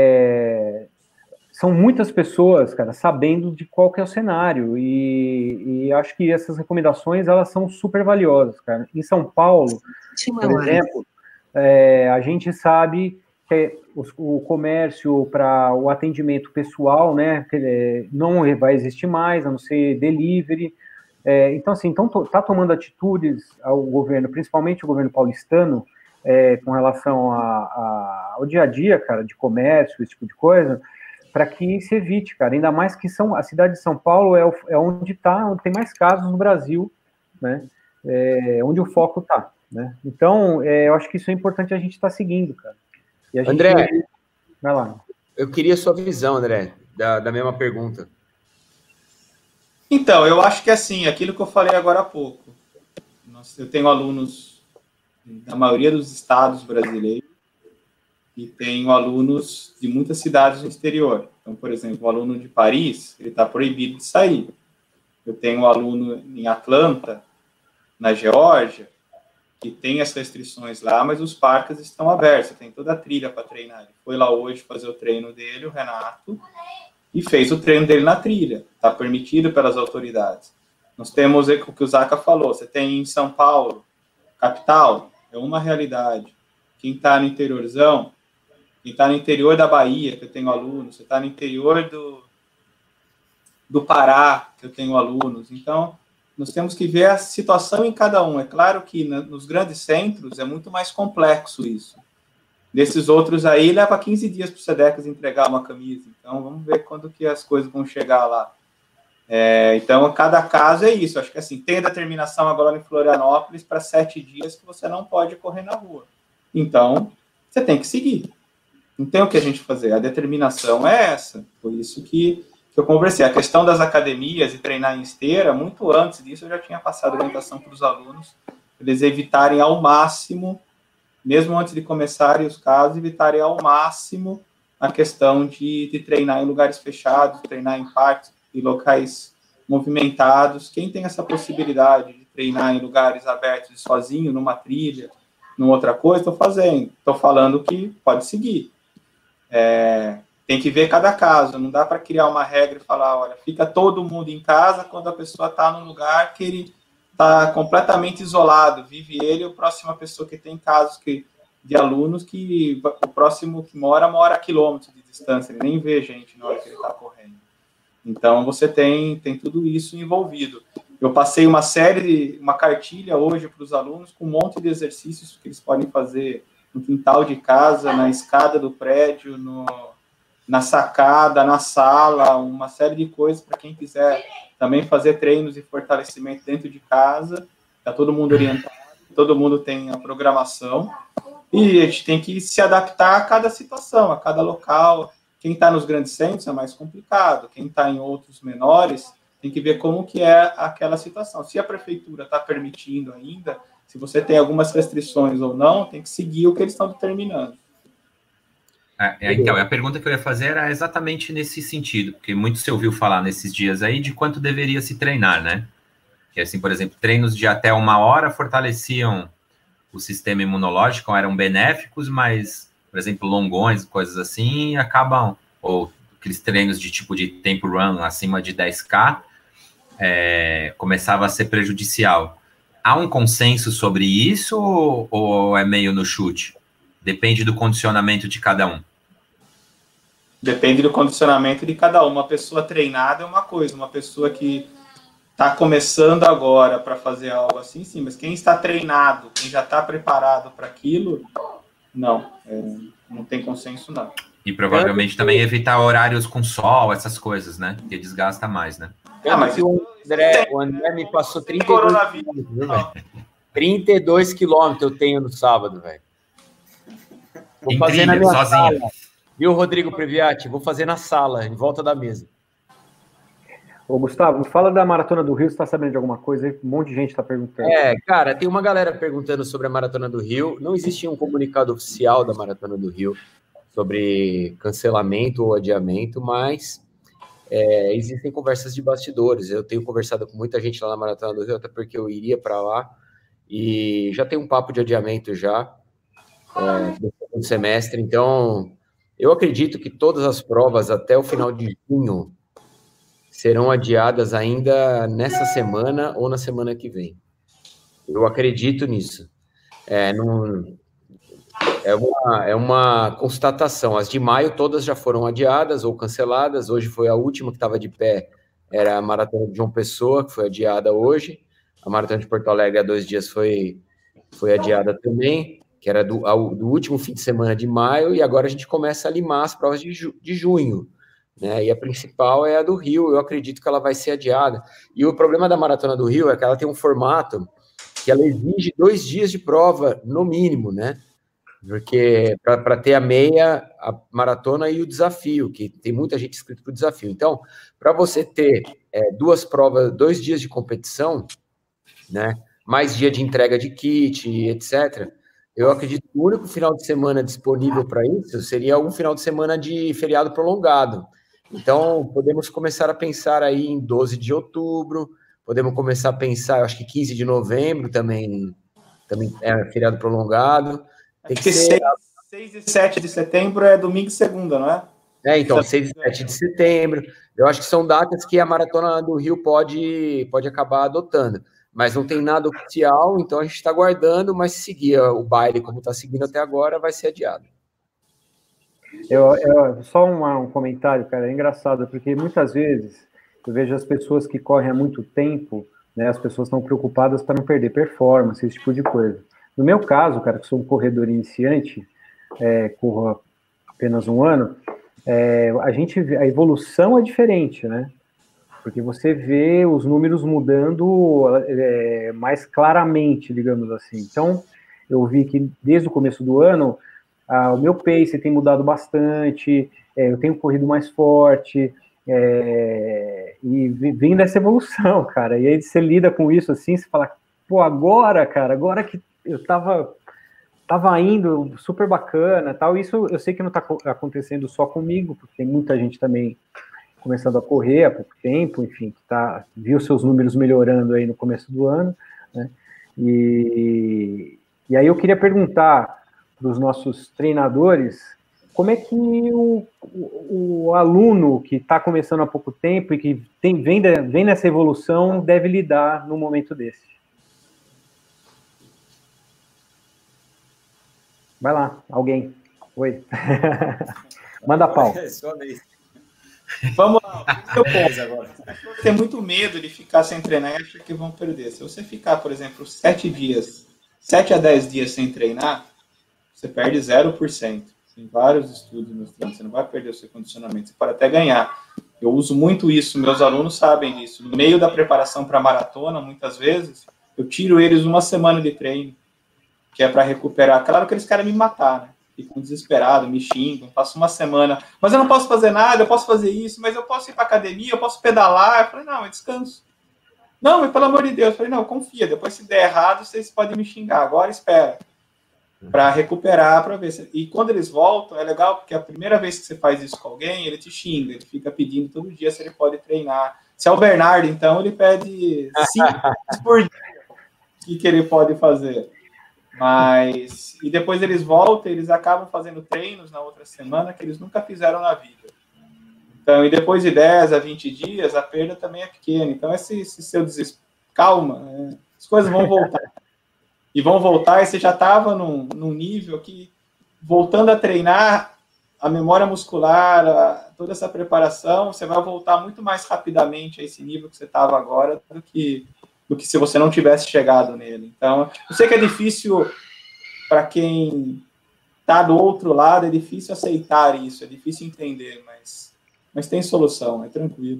é, são muitas pessoas, cara, sabendo de qual que é o cenário, e, e acho que essas recomendações, elas são super valiosas, cara. Em São Paulo, por exemplo, é, a gente sabe que o, o comércio para o atendimento pessoal, né, não vai existir mais, a não ser delivery. É, então, assim, então, tá tomando atitudes ao governo, principalmente o governo paulistano, é, com relação a, a, ao dia a dia, cara, de comércio, esse tipo de coisa, para que se evite, cara. Ainda mais que são, a cidade de São Paulo é, o, é onde tá, onde tem mais casos no Brasil, né? É, onde o foco tá, né? Então, é, eu acho que isso é importante a gente estar tá seguindo, cara. E a gente... André, vai lá. Eu queria sua visão, André, da, da mesma pergunta. Então, eu acho que assim, aquilo que eu falei agora há pouco. Eu tenho alunos da maioria dos estados brasileiros e tenho alunos de muitas cidades no exterior. Então, por exemplo, o aluno de Paris, ele está proibido de sair. Eu tenho um aluno em Atlanta, na Geórgia, que tem as restrições lá, mas os parques estão abertos, tem toda a trilha para treinar. Ele foi lá hoje fazer o treino dele, o Renato, e fez o treino dele na trilha. Está permitido pelas autoridades. Nós temos o que o Zaca falou, você tem em São Paulo, capital, é uma realidade. Quem está no interiorzão, quem está no interior da Bahia, que eu tenho alunos, você está no interior do, do Pará, que eu tenho alunos. Então, nós temos que ver a situação em cada um. É claro que na, nos grandes centros é muito mais complexo isso. Desses outros aí, leva quinze dias para o SEDECAS entregar uma camisa. Então, vamos ver quando que as coisas vão chegar lá. É, então, cada caso é isso. Acho que assim, tem a determinação agora em Florianópolis para sete dias que você não pode correr na rua. Então, você tem que seguir. Não tem o que a gente fazer. A determinação é essa. Por isso que que eu conversei. A questão das academias e treinar em esteira, muito antes disso, eu já tinha passado orientação para os alunos, eles evitarem ao máximo, mesmo antes de começarem os casos, evitarem ao máximo a questão de, de treinar em lugares fechados, treinar em parques e locais movimentados. Quem tem essa possibilidade de treinar em lugares abertos e sozinho, numa trilha, numa outra coisa, estou fazendo. Estou falando que pode seguir. É... Tem que ver cada caso, não dá para criar uma regra e falar, olha, fica todo mundo em casa quando a pessoa está num lugar que ele está completamente isolado, vive ele e a próxima pessoa que tem casos que, de alunos que o próximo que mora, mora a quilômetros de distância, ele nem vê gente na hora que ele está correndo. Então, você tem, tem tudo isso envolvido. Eu passei uma série, uma cartilha hoje para os alunos com um monte de exercícios que eles podem fazer no quintal de casa, na escada do prédio, no... na sacada, na sala, uma série de coisas para quem quiser também fazer treinos de fortalecimento dentro de casa. Está todo mundo orientado, todo mundo tem a programação e a gente tem que se adaptar a cada situação, a cada local. Quem está nos grandes centros é mais complicado, quem está em outros menores tem que ver como que é aquela situação. Se a prefeitura está permitindo ainda, se você tem algumas restrições ou não, tem que seguir o que eles estão determinando. É, então, a pergunta que eu ia fazer era exatamente nesse sentido, porque muito se ouviu falar nesses dias aí de quanto deveria se treinar, né? Que assim, por exemplo, treinos de até uma hora fortaleciam o sistema imunológico, eram benéficos, mas, por exemplo, longões, coisas assim, acabam, ou aqueles treinos de tipo de tempo run acima de dez K, é, começava a ser prejudicial. Há um consenso sobre isso ou, ou é meio no chute? Depende do condicionamento de cada um. Depende do condicionamento de cada um. Uma pessoa treinada é uma coisa, uma pessoa que está começando agora para fazer algo assim, sim, mas quem está treinado, quem já está preparado para aquilo, não, é, não tem consenso, não. E provavelmente é, também evitar horários com sol, essas coisas, né? Porque desgasta mais, né? Ah, mas o André, o André me passou trinta e dois quilômetros, trinta e dois quilômetros eu tenho no sábado, velho. Vou em fazer trilha, na minha sozinho. sala. Viu, Rodrigo Previati? Vou fazer na sala, em volta da mesa. Ô, Gustavo, fala da Maratona do Rio, você está sabendo de alguma coisa aí? Um monte de gente está perguntando. É, cara, tem uma galera perguntando sobre a Maratona do Rio. Não existia um comunicado oficial da Maratona do Rio sobre cancelamento ou adiamento, mas é, existem conversas de bastidores. Eu tenho conversado com muita gente lá na Maratona do Rio, até porque eu iria para lá, e já tem um papo de adiamento já, é, do segundo semestre. Então, eu acredito que todas as provas até o final de junho serão adiadas ainda nessa semana ou na semana que vem. Eu acredito nisso. É, não, é, uma, é uma constatação. As de maio todas já foram adiadas ou canceladas. Hoje foi a última que estava de pé, era a Maratona de João Pessoa, que foi adiada hoje. A Maratona de Porto Alegre há dois dias foi, foi adiada também. que era do, ao, do último fim de semana de maio, e agora a gente começa a limar as provas de, ju, de junho, né? E a principal é a do Rio, eu acredito que ela vai ser adiada. E o problema da Maratona do Rio é que ela tem um formato que ela exige dois dias de prova, no mínimo, né? Porque para ter a meia, a maratona e o desafio, que tem muita gente inscrita para o desafio. Então, para você ter é, duas provas, dois dias de competição, né? Mais dia de entrega de kit, etcétera, eu acredito que o único final de semana disponível para isso seria um final de semana de feriado prolongado. Então, podemos começar a pensar aí em doze de outubro, podemos começar a pensar, eu acho que quinze de novembro também, também é feriado prolongado. Tem que ser... seis e sete de setembro é domingo e segunda, não é? É, então, seis e sete de setembro. Eu acho que são datas que a Maratona do Rio pode, pode acabar adotando. Mas não tem nada oficial, então a gente está aguardando, mas se seguir o baile como está seguindo até agora, vai ser adiado. Eu, eu, só um, um comentário, cara, é engraçado, porque muitas vezes eu vejo as pessoas que correm há muito tempo, né, as pessoas estão preocupadas para não perder performance, esse tipo de coisa. No meu caso, cara, que sou um corredor iniciante, é, corro apenas um ano, é, a gente, a evolução é diferente, né? Porque você vê os números mudando é, mais claramente, digamos assim. Então, eu vi que desde o começo do ano, ah, o meu pace tem mudado bastante, é, eu tenho corrido mais forte, é, e vem dessa evolução, cara. E aí você lida com isso assim, você fala, pô, agora, cara, agora que eu tava, tava indo super bacana, tal. Isso eu sei que não tá acontecendo só comigo, porque tem muita gente também começando a correr há pouco tempo, enfim, que tá, viu seus números melhorando aí no começo do ano, né? E, e aí eu queria perguntar para os nossos treinadores como é que o, o, o aluno que está começando há pouco tempo e que tem, vem, de, vem nessa evolução deve lidar num momento desse. Vai lá, alguém. Oi. Manda pau. É sua vez. Vamos lá. Eu agora. As pessoas têm muito medo de ficar sem treinar e acham que vão perder. Se você ficar, por exemplo, sete dias, sete a dez dias sem treinar, você perde zero por cento. Tem vários estudos mostrando que você não vai perder o seu condicionamento, você pode até ganhar. Eu uso muito isso, meus alunos sabem disso. No meio da preparação para a maratona, muitas vezes, eu tiro eles uma semana de treino, que é para recuperar. Claro que eles querem me matar, né? Ficam desesperados, me xingam, passo uma semana, mas eu não posso fazer nada, eu posso fazer isso, mas eu posso ir para academia, eu posso pedalar. Eu falei, não, eu descanso. Não, mas pelo amor de Deus. Eu falei, não, confia, depois se der errado, vocês podem me xingar, agora espera. Para recuperar, para ver. Se... E quando eles voltam, é legal, porque a primeira vez que você faz isso com alguém, ele te xinga, ele fica pedindo todo dia se ele pode treinar. Se é o Bernardo, então, ele pede cinco vezes por dia o que, que ele pode fazer. Mas, e depois eles voltam, eles acabam fazendo treinos na outra semana que eles nunca fizeram na vida. Então, e depois de dez a vinte dias, a perda também é pequena. Então, esse, esse seu desespero, calma, né? As coisas vão voltar. E vão voltar, e você já estava num, num nível que, voltando a treinar, a memória muscular, a, toda essa preparação, você vai voltar muito mais rapidamente a esse nível que você estava agora do que... do que se você não tivesse chegado nele. Então, eu sei que é difícil para quem está do outro lado, é difícil aceitar isso, é difícil entender, mas, mas tem solução, é tranquilo.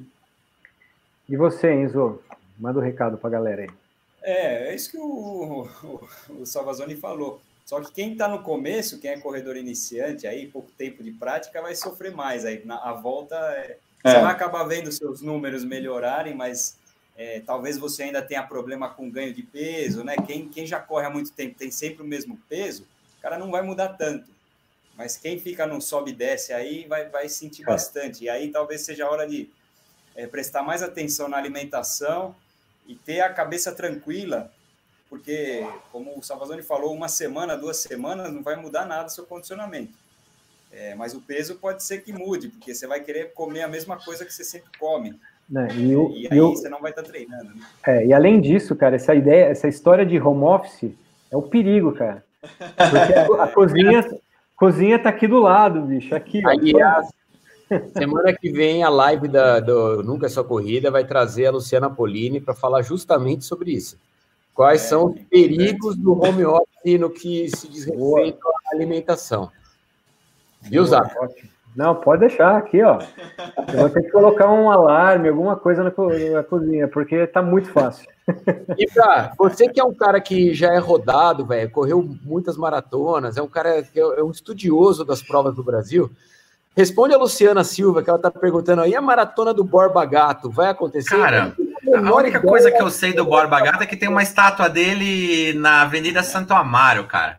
E você, Enzo? Manda um recado para a galera aí. É, é isso que o, o, o Salvazoni falou. Só que quem está no começo, quem é corredor iniciante, aí pouco tempo de prática, vai sofrer mais. Aí na a volta, é, é. Você vai acabar vendo seus números melhorarem, mas... É, talvez você ainda tenha problema com ganho de peso, né? Quem, quem já corre há muito tempo tem sempre o mesmo peso, o cara não vai mudar tanto. Mas quem fica no sobe e desce aí vai, vai sentir é. bastante. E aí talvez seja a hora de é, prestar mais atenção na alimentação e ter a cabeça tranquila, porque, como o Salvazoni falou, uma semana, duas semanas não vai mudar nada o seu condicionamento. É, mas o peso pode ser que mude, porque você vai querer comer a mesma coisa que você sempre come. Né? E, o, e aí e o, você não vai estar treinando. Né? É, e além disso, cara, essa ideia, essa história de home office é o perigo, cara. Porque a, a cozinha, cozinha tá aqui do lado, bicho. Aqui, Aliás, semana que vem a live da, do Nunca é Só Corrida vai trazer a Luciana Polini para falar justamente sobre isso. Quais é, são os perigos do home office no que se diz respeito à alimentação? Viu, Zap? Não, pode deixar aqui, ó. Eu vou ter que colocar um alarme, alguma coisa na, co na cozinha, porque tá muito fácil. E pra você que é um cara que já é rodado, velho, correu muitas maratonas, é um cara que é um estudioso das provas do Brasil, responde a Luciana Silva, que ela tá perguntando aí, a maratona do Borba Gato vai acontecer? Cara, a única coisa que eu sei do Borba Gato é que tem uma estátua dele na Avenida Santo Amaro, cara.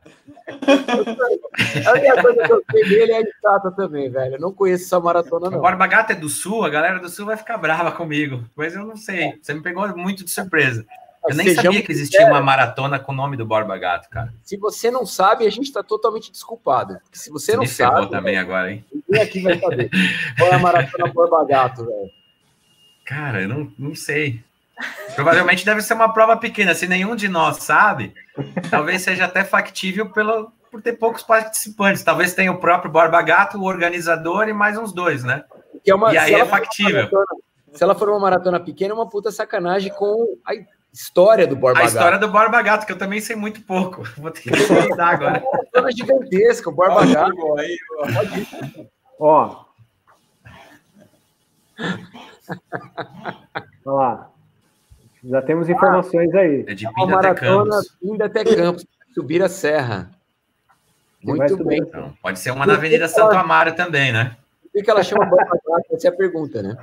A única coisa que eu sei dele é a estátua também, velho. Eu não conheço essa maratona, não. O Borba Gato é do Sul, a galera do Sul vai ficar brava comigo, mas eu não sei. Você me pegou muito de surpresa. Eu nem Sejamos sabia que existia sinceros. uma maratona com o nome do Borba Gato, cara. Se você não sabe, a gente tá totalmente desculpado. Porque se você, Você não me ferrou sabe... também agora, hein? Ninguém aqui vai saber. Qual é a maratona Borba Gato, velho? Cara, eu não, não sei. Provavelmente deve ser uma prova pequena. Se nenhum de nós sabe, talvez seja até factível pelo, por ter poucos participantes. Talvez tenha o próprio Borba Gato, o organizador e mais uns dois, né? Que é uma, e aí é factível. Maratona, se ela for uma maratona pequena, é uma puta sacanagem com a história do Borba A Gato. história do Borba Gato, que eu também sei muito pouco. Vou ter que estudar agora. É uma maratona gigantesca, o Borba Aí, Gato. aí, Ó. Olha lá. Já temos informações aí. É de Uma Pinda até maratona Campos. Pinda até Campos, subir a serra. Muito bem. Então, pode ser uma na Avenida Santo Amaro também, né? Por que ela chama Borba Gato? Essa é a pergunta, né?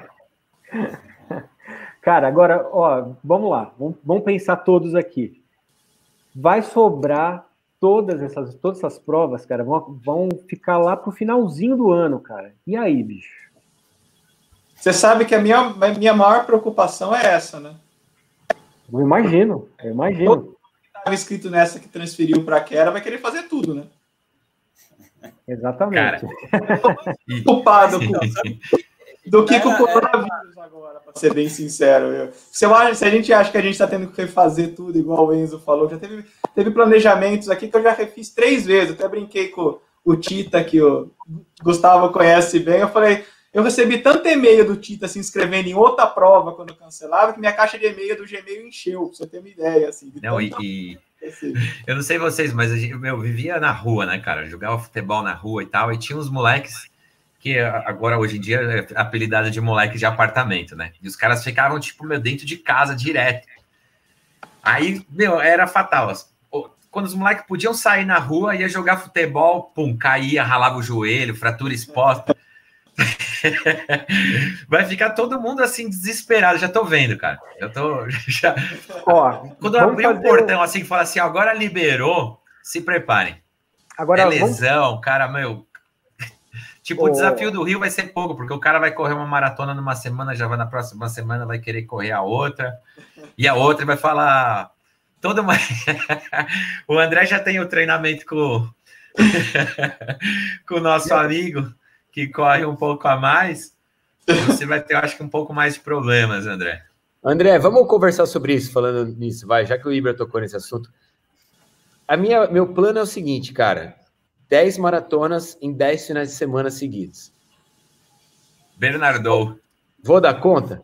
Cara, agora, ó, vamos lá. Vamos, vamos pensar todos aqui. Vai sobrar todas essas, todas essas provas, cara, vão, vão ficar lá pro finalzinho do ano, cara. E aí, bicho? Você sabe que a minha, a minha maior preocupação é essa, né? Eu imagino, eu imagino. Todo mundo que estava inscrito nessa que transferiu para a Quera vai querer fazer tudo, né? Exatamente. Culpado do que com o coronavírus agora, para ser bem sincero. Eu, se, eu acho, se a gente acha que a gente está tendo que refazer tudo, igual o Enzo falou, já teve, teve planejamentos aqui que eu já refiz três vezes. Até brinquei com o Tita, que o Gustavo conhece bem. Eu falei, eu recebi tanto e-mail do Tita se inscrevendo em outra prova quando eu cancelava, que minha caixa de e-mail do Gmail encheu, pra você ter uma ideia. Assim, não, e, e eu não sei vocês, mas eu meu, vivia na rua, né, cara? Jogava futebol na rua e tal, e tinha uns moleques que agora, hoje em dia, é apelidado de moleque de apartamento, né? E os caras ficavam, tipo, meu, dentro de casa, direto. Aí, meu, era fatal. Quando os moleques podiam sair na rua, ia jogar futebol, pum, caía, ralava o joelho, fratura exposta. Vai ficar todo mundo assim, desesperado. Já tô vendo, cara. Já tô... Já... Ó, quando eu abrir o portão, um... assim, que fala assim, agora liberou, se preparem. Agora, é lesão, vamos... cara, meu... Tipo, oh. o desafio do Rio vai ser pouco, porque o cara vai correr uma maratona numa semana, já vai na próxima semana, vai querer correr a outra, e a outra vai falar... Todo uma... O André já tem o treinamento com, com o nosso amigo, que corre um pouco a mais. Você vai ter, eu acho que, um pouco mais de problemas, André. André, vamos conversar sobre isso, falando nisso, vai, já que o Ibra tocou nesse assunto. A minha, meu plano é o seguinte, cara... dez maratonas em dez finais de semana seguidos. Bernardo. Vou dar conta?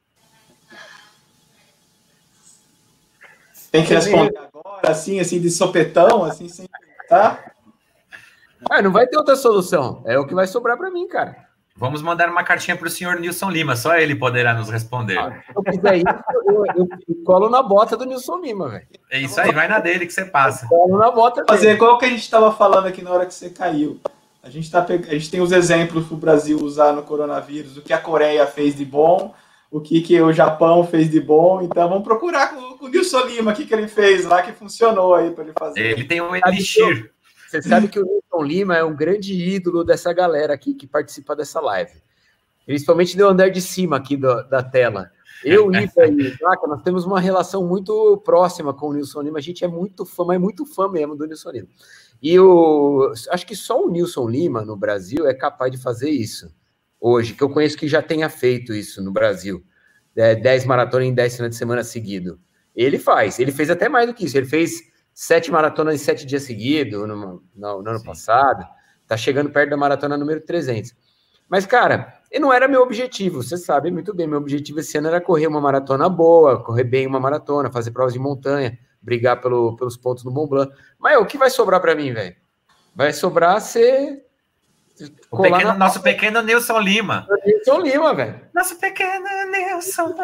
Tem que responder agora, assim, assim, de sopetão, assim, sem pensar. Ah, não vai ter outra solução. É o que vai sobrar para mim, cara. Vamos mandar uma cartinha para o senhor Nilson Lima, só ele poderá nos responder. Ah, se eu quiser isso, eu, eu, eu colo na bota do Nilson Lima, velho. É isso aí, vai na dele que você passa. Eu colo na bota dele. Fazer igual que a gente estava falando aqui na hora que você caiu. A gente, tá, a gente tem os exemplos para o Brasil usar no coronavírus, o que a Coreia fez de bom, o que, que o Japão fez de bom. Então vamos procurar com, com o Nilson Lima, o que, que ele fez lá, que funcionou aí para ele fazer. Ele tem um elixir. Você sabe que o Nilson Lima é um grande ídolo dessa galera aqui que participa dessa live. Principalmente do andar de cima aqui do, da tela. Eu, Ibra e Zaca, nós temos uma relação muito próxima com o Nilson Lima. A gente é muito fã, mas muito fã mesmo do Nilson Lima. E eu acho que só o Nilson Lima, no Brasil, é capaz de fazer isso hoje, que eu conheço que já tenha feito isso no Brasil. É, dez maratonas em dez finais de semana seguido. Ele faz. Ele fez até mais do que isso. Ele fez sete maratonas em sete dias seguidos no, no, no ano Sim. passado. Tá chegando perto da maratona número trezentos. Mas, cara, não era meu objetivo. Você sabe muito bem, meu objetivo esse ano era correr uma maratona boa, correr bem uma maratona, fazer provas de montanha, brigar pelo, pelos pontos no Mont Blanc. Mas o que vai sobrar para mim, velho? Vai sobrar ser... O pequeno, na... Nosso pequeno Nilson Lima. Nilson Lima, velho. Nosso pequeno Nilson,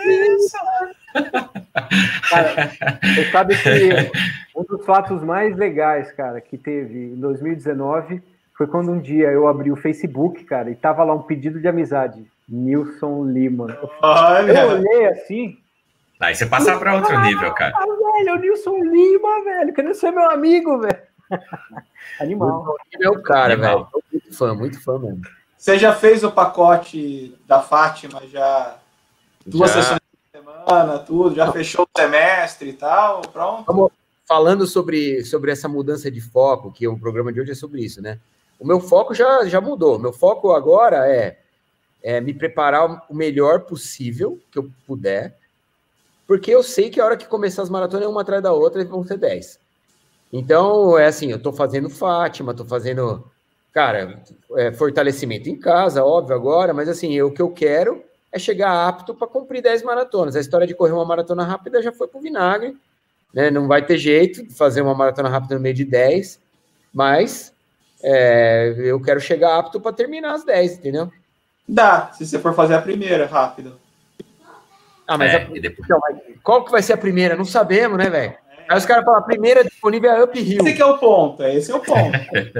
Nilson. Cara, você sabe que um dos fatos mais legais, cara, que teve em dois mil e dezenove foi quando um dia eu abri o Facebook, cara, e tava lá um pedido de amizade. Nilson Lima. Olha. Eu olhei assim... Aí você passa para outro ah, nível, cara. Ah, velho, é o Nilson Lima, velho. Querendo ser meu amigo, velho. Animal. É o cara, velho. Muito fã, muito fã mesmo. Você já fez o pacote da Fátima, já duas já. sessões por semana, tudo, já fechou o semestre e tal, pronto? Vamos, falando sobre, sobre essa mudança de foco, que o programa de hoje é sobre isso, né? O meu foco já, já mudou. Meu foco agora é, é me preparar o melhor possível que eu puder, porque eu sei que a hora que começar as maratonas, uma atrás da outra, vão ser dez. Então, é assim, eu tô fazendo Fátima, tô fazendo, cara, é, fortalecimento em casa, óbvio, agora, mas assim, eu, o que eu quero é chegar apto para cumprir dez maratonas. A história de correr uma maratona rápida já foi pro vinagre, né? Não vai ter jeito de fazer uma maratona rápida no meio de dez, mas é, eu quero chegar apto para terminar as dez, entendeu? Dá, se você for fazer a primeira rápida. Ah, mas, é, a... depois... então, qual que vai ser a primeira? Não sabemos, né, velho? Aí os caras falam, a primeira disponível é uphill. Esse que é o ponto, esse é o ponto.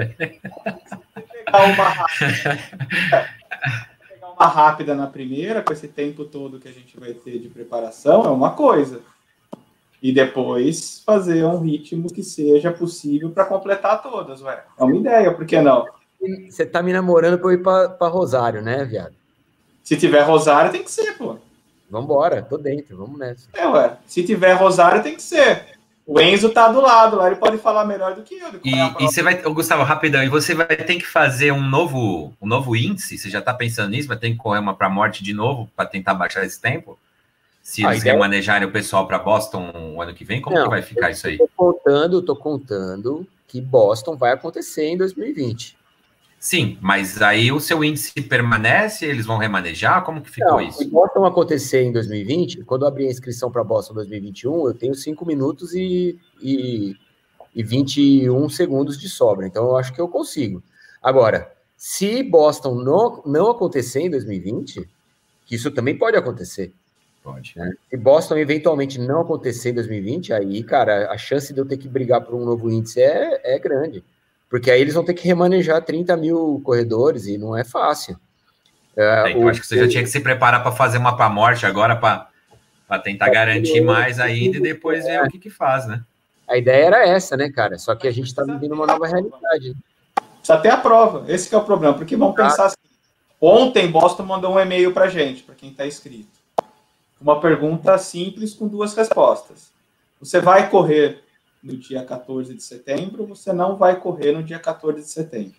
pegar uma rápida, pegar uma rápida na primeira, com esse tempo todo que a gente vai ter de preparação, é uma coisa. E depois fazer um ritmo que seja possível para completar todas, ué. É uma ideia, por que não? Você tá me namorando pra eu ir pra, pra Rosário, né, viado? Se tiver Rosário, tem que ser, pô. Vambora, tô dentro, vamos nessa. É, ué. Se tiver Rosário, tem que ser. O Enzo tá do lado lá, ele pode falar melhor do que eu. E, e você vai, Gustavo, rapidão, e você vai ter que fazer um novo, um novo índice? Você já tá pensando nisso? Vai ter que correr uma pra morte de novo para tentar baixar esse tempo? Se eles ideia... remanejarem o pessoal para Boston o ano que vem, como Não, que vai ficar isso aí? Eu tô contando, eu tô contando que Boston vai acontecer em dois mil e vinte. Sim, mas aí o seu índice permanece, eles vão remanejar? Como que ficou Não, isso? Se Boston acontecer em dois mil e vinte, quando eu abrir a inscrição para Boston dois mil e vinte e um, eu tenho cinco minutos e, e, e vinte e um segundos de sobra. Então, eu acho que eu consigo. Agora, se Boston não, não acontecer em dois mil e vinte, que isso também pode acontecer. Pode. Né? Se Boston eventualmente não acontecer em dois mil e vinte, aí, cara, a chance de eu ter que brigar por um novo índice é, é grande. Porque aí eles vão ter que remanejar trinta mil corredores e não é fácil. É, então, o, acho que você o, já tinha que se preparar para fazer uma para morte agora para tentar garantir mais ainda e depois ver é. o que, que faz, né? A ideia era essa, né, cara? Só que a gente está vivendo uma nova realidade. Precisa ter a prova. Esse que é o problema. Porque vamos ah. pensar assim. Ontem, Boston mandou um e-mail para gente, para quem está inscrito. Uma pergunta simples com duas respostas. Você vai correr no dia quatorze de setembro, você não vai correr no dia quatorze de setembro.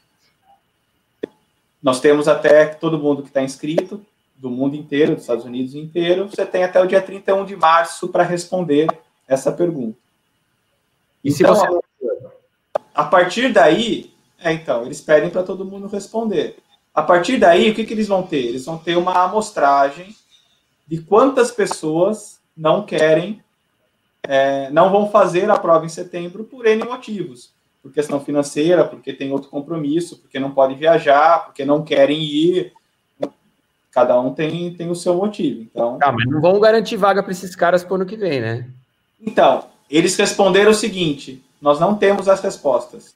Nós temos até todo mundo que está inscrito, do mundo inteiro, dos Estados Unidos inteiro, você tem até o dia trinta e um de março para responder essa pergunta. E então, se você... a partir daí, é, então, eles pedem para todo mundo responder. A partir daí, o que, que eles vão ter? Eles vão ter uma amostragem de quantas pessoas não querem É, não vão fazer a prova em setembro por N motivos. Por questão financeira, porque tem outro compromisso, porque não pode viajar, porque não querem ir. Cada um tem, tem o seu motivo. Então, ah, mas não vão garantir vaga para esses caras para o ano que vem, né? Então, eles responderam o seguinte: nós não temos as respostas.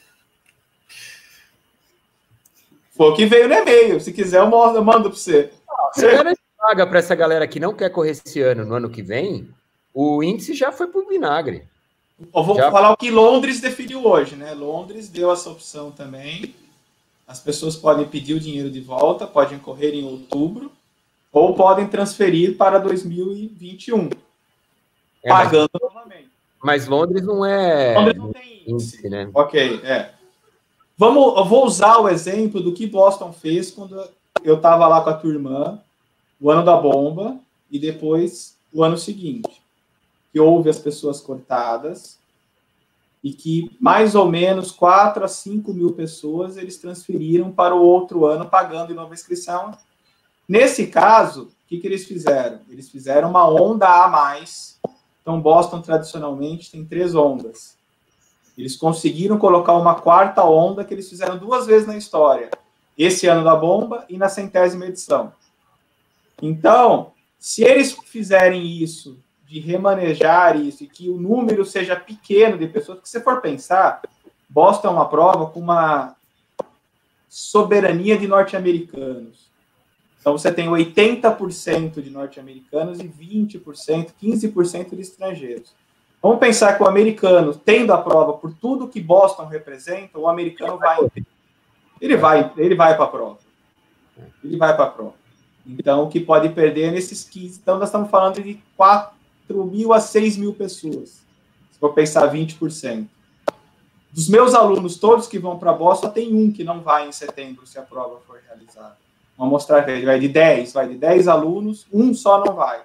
Foi o que veio no e-mail. Se quiser, eu mando, eu mando para você. Você garante vaga para essa galera que não quer correr esse ano, no ano que vem? O índice já foi para o vinagre. Eu vou já... falar o que Londres definiu hoje, né? Londres deu essa opção também. As pessoas podem pedir o dinheiro de volta, podem correr em outubro, ou podem transferir para dois mil e vinte e um, é, pagando mas... novamente. Mas Londres não é... Londres não tem índice, índice, né? Ok, é. Vamos, eu vou usar o exemplo do que Boston fez quando eu estava lá com a tua irmã, o ano da bomba, e depois o ano seguinte. Que houve as pessoas cortadas e que mais ou menos quatro a cinco mil pessoas eles transferiram para o outro ano pagando de nova inscrição. Nesse caso, o que, que eles fizeram? Eles fizeram uma onda a mais Então, Boston, tradicionalmente, tem três ondas. Eles conseguiram colocar uma quarta onda que eles fizeram duas vezes na história. Esse ano da bomba e na centésima edição. Então, se eles fizerem isso, de remanejar isso, e que o número seja pequeno de pessoas, porque se você for pensar, Boston é uma prova com uma soberania de norte-americanos. Então, você tem oitenta por cento de norte-americanos e vinte por cento, quinze por cento de estrangeiros. Vamos pensar que o americano, tendo a prova por tudo que Boston representa, o americano vai... Ele vai, ele vai para a prova. Ele vai para a prova. Então, o que pode perder é nesses quinze. Então, nós estamos falando de quatro mil a seis mil pessoas. Se for pensar vinte por cento. Dos meus alunos, todos que vão para Boston, tem um que não vai em setembro, se a prova for realizada. Vamos mostrar que vai de dez, vai de dez alunos, um só não vai.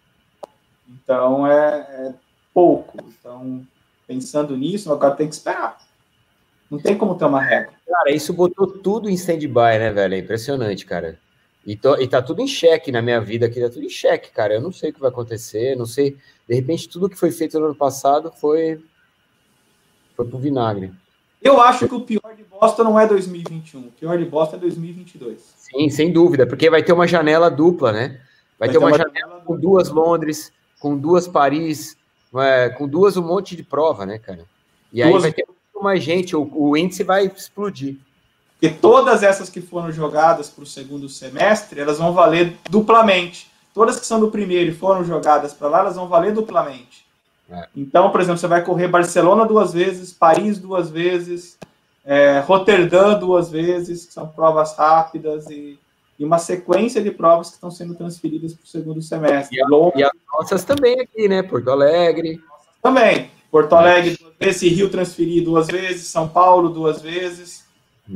Então, é, é pouco. Então, pensando nisso, agora tem que esperar. Não tem como ter uma regra. Cara, isso botou tudo em stand-by, né, velho? É impressionante, cara. E, tô, e tá tudo em xeque na minha vida aqui, tá tudo em xeque, cara. Eu não sei o que vai acontecer, não sei. De repente, tudo que foi feito no ano passado foi, foi pro vinagre. Eu acho que o pior de Boston não é dois mil e vinte e um. O pior de Boston é dois mil e vinte e dois. Sim, sem dúvida, porque vai ter uma janela dupla, né? Vai, vai ter, ter uma, uma janela, janela com duas Londres, com duas Paris, é, com duas um monte de prova, né, cara? E duas... aí vai ter muito mais gente, o, o índice vai explodir. Porque todas essas que foram jogadas para o segundo semestre, elas vão valer duplamente. Todas que são do primeiro e foram jogadas para lá, elas vão valer duplamente. É. Então, por exemplo, você vai correr Barcelona duas vezes, Paris duas vezes, é, Roterdã duas vezes, que são provas rápidas, e, e uma sequência de provas que estão sendo transferidas para o segundo semestre. E, a, e as nossas também aqui, né? Porto Alegre. Também. Porto Alegre, esse Rio transferir duas vezes, São Paulo duas vezes.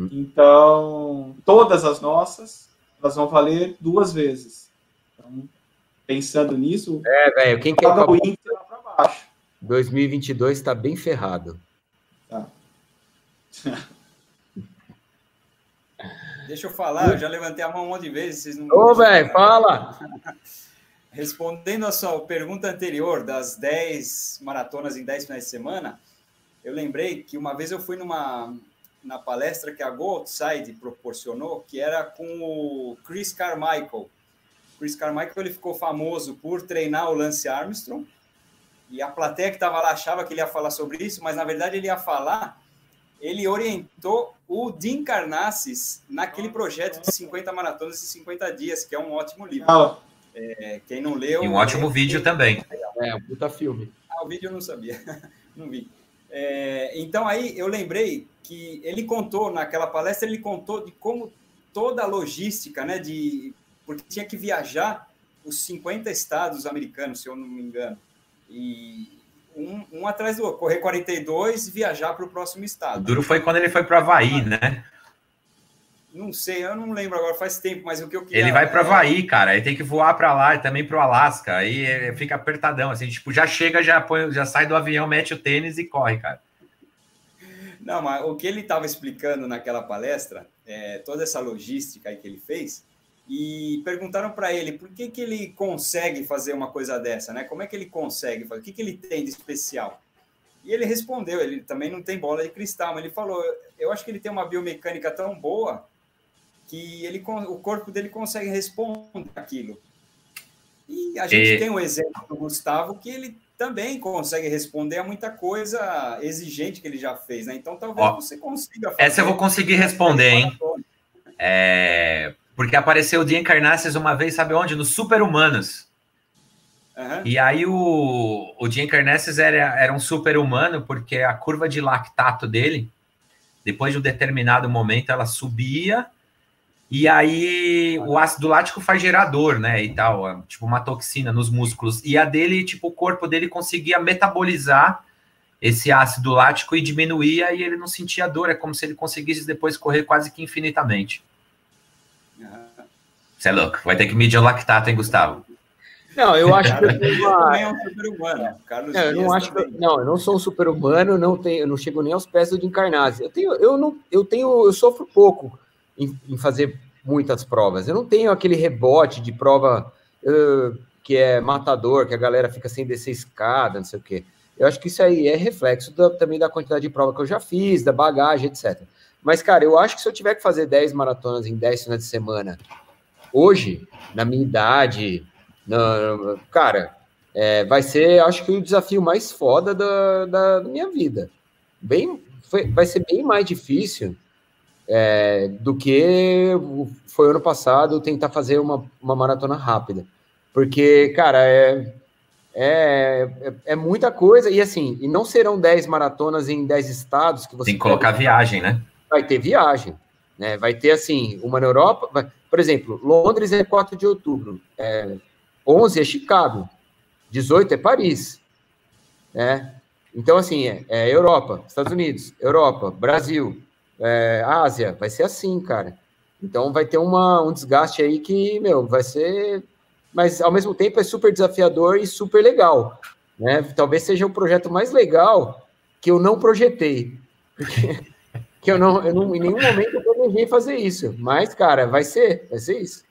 Então, todas as nossas, elas vão valer duas vezes. Então, pensando nisso, é, velho, quem quer o índice lá para baixo. dois mil e vinte e dois está bem ferrado. Tá. Deixa eu falar, eu já levantei a mão um monte de vezes. Vocês não Ô, velho, fala! Respondendo a sua pergunta anterior, das dez maratonas em dez finais de semana, eu lembrei que uma vez eu fui numa... na palestra que a Go Outside proporcionou, que era com o Chris Carmichael. Chris Carmichael, ele ficou famoso por treinar o Lance Armstrong, e a plateia que estava lá achava que ele ia falar sobre isso, mas na verdade ele ia falar, ele orientou o Dean Karnazes naquele projeto de cinquenta maratonas em cinquenta dias, que é um ótimo livro. Ah. É, quem não leu... E um ótimo é, vídeo também. É, um puta filme. Ah, o vídeo eu não sabia, não vi. É, então, aí eu lembrei que ele contou, naquela palestra, ele contou de como toda a logística, né, de, porque tinha que viajar os cinquenta estados americanos, se eu não me engano, e um, um atrás do outro, correr quarenta e dois e viajar para o próximo estado. O duro foi quando ele foi para o Havaí, né? Não sei, eu não lembro agora, faz tempo, mas o que eu queria... Ele vai para o Havaí, cara, ele tem que voar para lá e também para o Alasca, aí fica apertadão, assim, tipo, já chega, já, põe, já sai do avião, mete o tênis e corre, cara. Não, mas o que ele estava explicando naquela palestra, é, toda essa logística aí que ele fez, e perguntaram para ele por que, que ele consegue fazer uma coisa dessa, né? Como é que ele consegue fazer? O que, que ele tem de especial? E ele respondeu, ele também não tem bola de cristal, mas ele falou, eu acho que ele tem uma biomecânica tão boa que ele, o corpo dele consegue responder aquilo. E a gente e... tem o exemplo do Gustavo, que ele também consegue responder a muita coisa exigente que ele já fez, né? Então, talvez Ó, você consiga fazer. Essa eu vou conseguir responder, hein? É... Porque apareceu o Dean Karnazes uma vez, sabe onde? No Super-Humanos. Uhum. E aí o, o Dean Karnazes era, era um super-humano, porque a curva de lactato dele, depois de um determinado momento, ela subia, e aí o ácido lático faz gerador, né, e tal, tipo uma toxina nos músculos, e a dele, tipo, o corpo dele conseguia metabolizar esse ácido lático e diminuía, e ele não sentia dor, é como se ele conseguisse depois correr quase que infinitamente. Você é louco, vai ter que medir o lactato, hein, Gustavo? Não, eu acho que eu tenho uma... também é um super-humano. Carlos não, eu não acho que... não, eu não sou um super-humano, não tenho, eu não chego nem aos pés do Dean Karnazes. Eu tenho, eu não, eu tenho, eu sofro pouco em, em fazer muitas provas. Eu não tenho aquele rebote de prova. Uh, que é matador, que a galera fica sem descer escada, não sei o quê. Eu acho que isso aí é reflexo da, também da quantidade de prova que eu já fiz, da bagagem, etcétera. Mas, cara, eu acho que se eu tiver que fazer dez maratonas em dez finais de semana, hoje, na minha idade, na, cara, é, vai ser, acho que o desafio mais foda da, da, da minha vida. Bem, foi, vai ser bem mais difícil é, do que foi ano passado tentar fazer uma, uma maratona rápida. Porque, cara, é, é, é muita coisa, e assim, e não serão dez maratonas em dez estados que você... Tem que colocar viagem, né? Vai ter viagem, né? Vai ter, assim, uma na Europa... Vai, por exemplo, Londres é quatro de outubro, é, onze é Chicago, dezoito é Paris, né? Então, assim, é, é Europa, Estados Unidos, Europa, Brasil, é, Ásia, vai ser assim, cara. Então, vai ter uma, um desgaste aí que, meu, vai ser... Mas, ao mesmo tempo, é super desafiador e super legal, né? Talvez seja o projeto mais legal que eu não projetei, porque que eu não, eu não, em nenhum momento eu planejei fazer isso, mas, cara, vai ser, vai ser isso.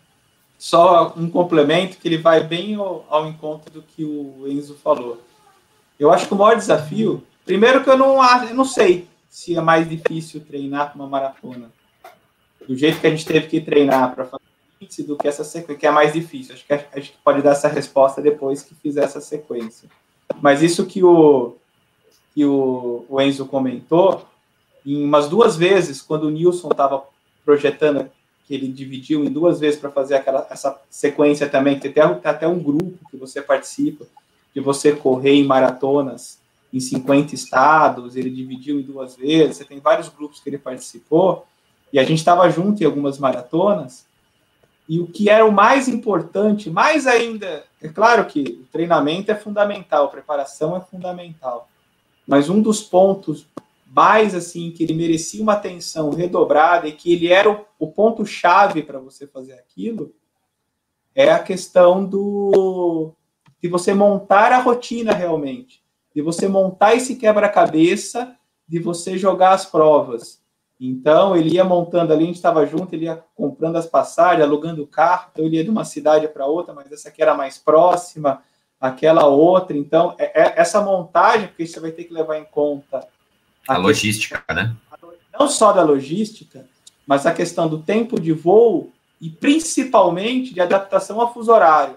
Só um complemento que ele vai bem ao, ao encontro do que o Enzo falou. Eu acho que o maior desafio, primeiro que eu não, eu não sei se é mais difícil treinar para uma maratona, do jeito que a gente teve que treinar para fazer do que essa sequência, que é mais difícil. Acho que a gente pode dar essa resposta depois que fizer essa sequência. Mas isso que o, que o, o Enzo comentou, em umas duas vezes, quando o Nilson estava projetando, que ele dividiu em duas vezes para fazer aquela, essa sequência também, que tem até, tem até um grupo que você participa, de você correr em maratonas em cinquenta estados, ele dividiu em duas vezes, você tem vários grupos que ele participou, e a gente estava junto em algumas maratonas, e o que era o mais importante, mais ainda, é claro que o treinamento é fundamental, a preparação é fundamental, mas um dos pontos mais, assim, que ele merecia uma atenção redobrada e que ele era o, o ponto-chave para você fazer aquilo, é a questão do de você montar a rotina realmente, de você montar esse quebra-cabeça, de você jogar as provas. Então, ele ia montando ali, a gente estava junto, ele ia comprando as passagens, alugando o carro, então ele ia de uma cidade para outra, mas essa aqui era mais próxima, aquela outra. Então, é, é essa montagem, porque você vai ter que levar em conta a, a logística, questão, né? Não só da logística, mas a questão do tempo de voo e, principalmente, de adaptação ao fuso horário.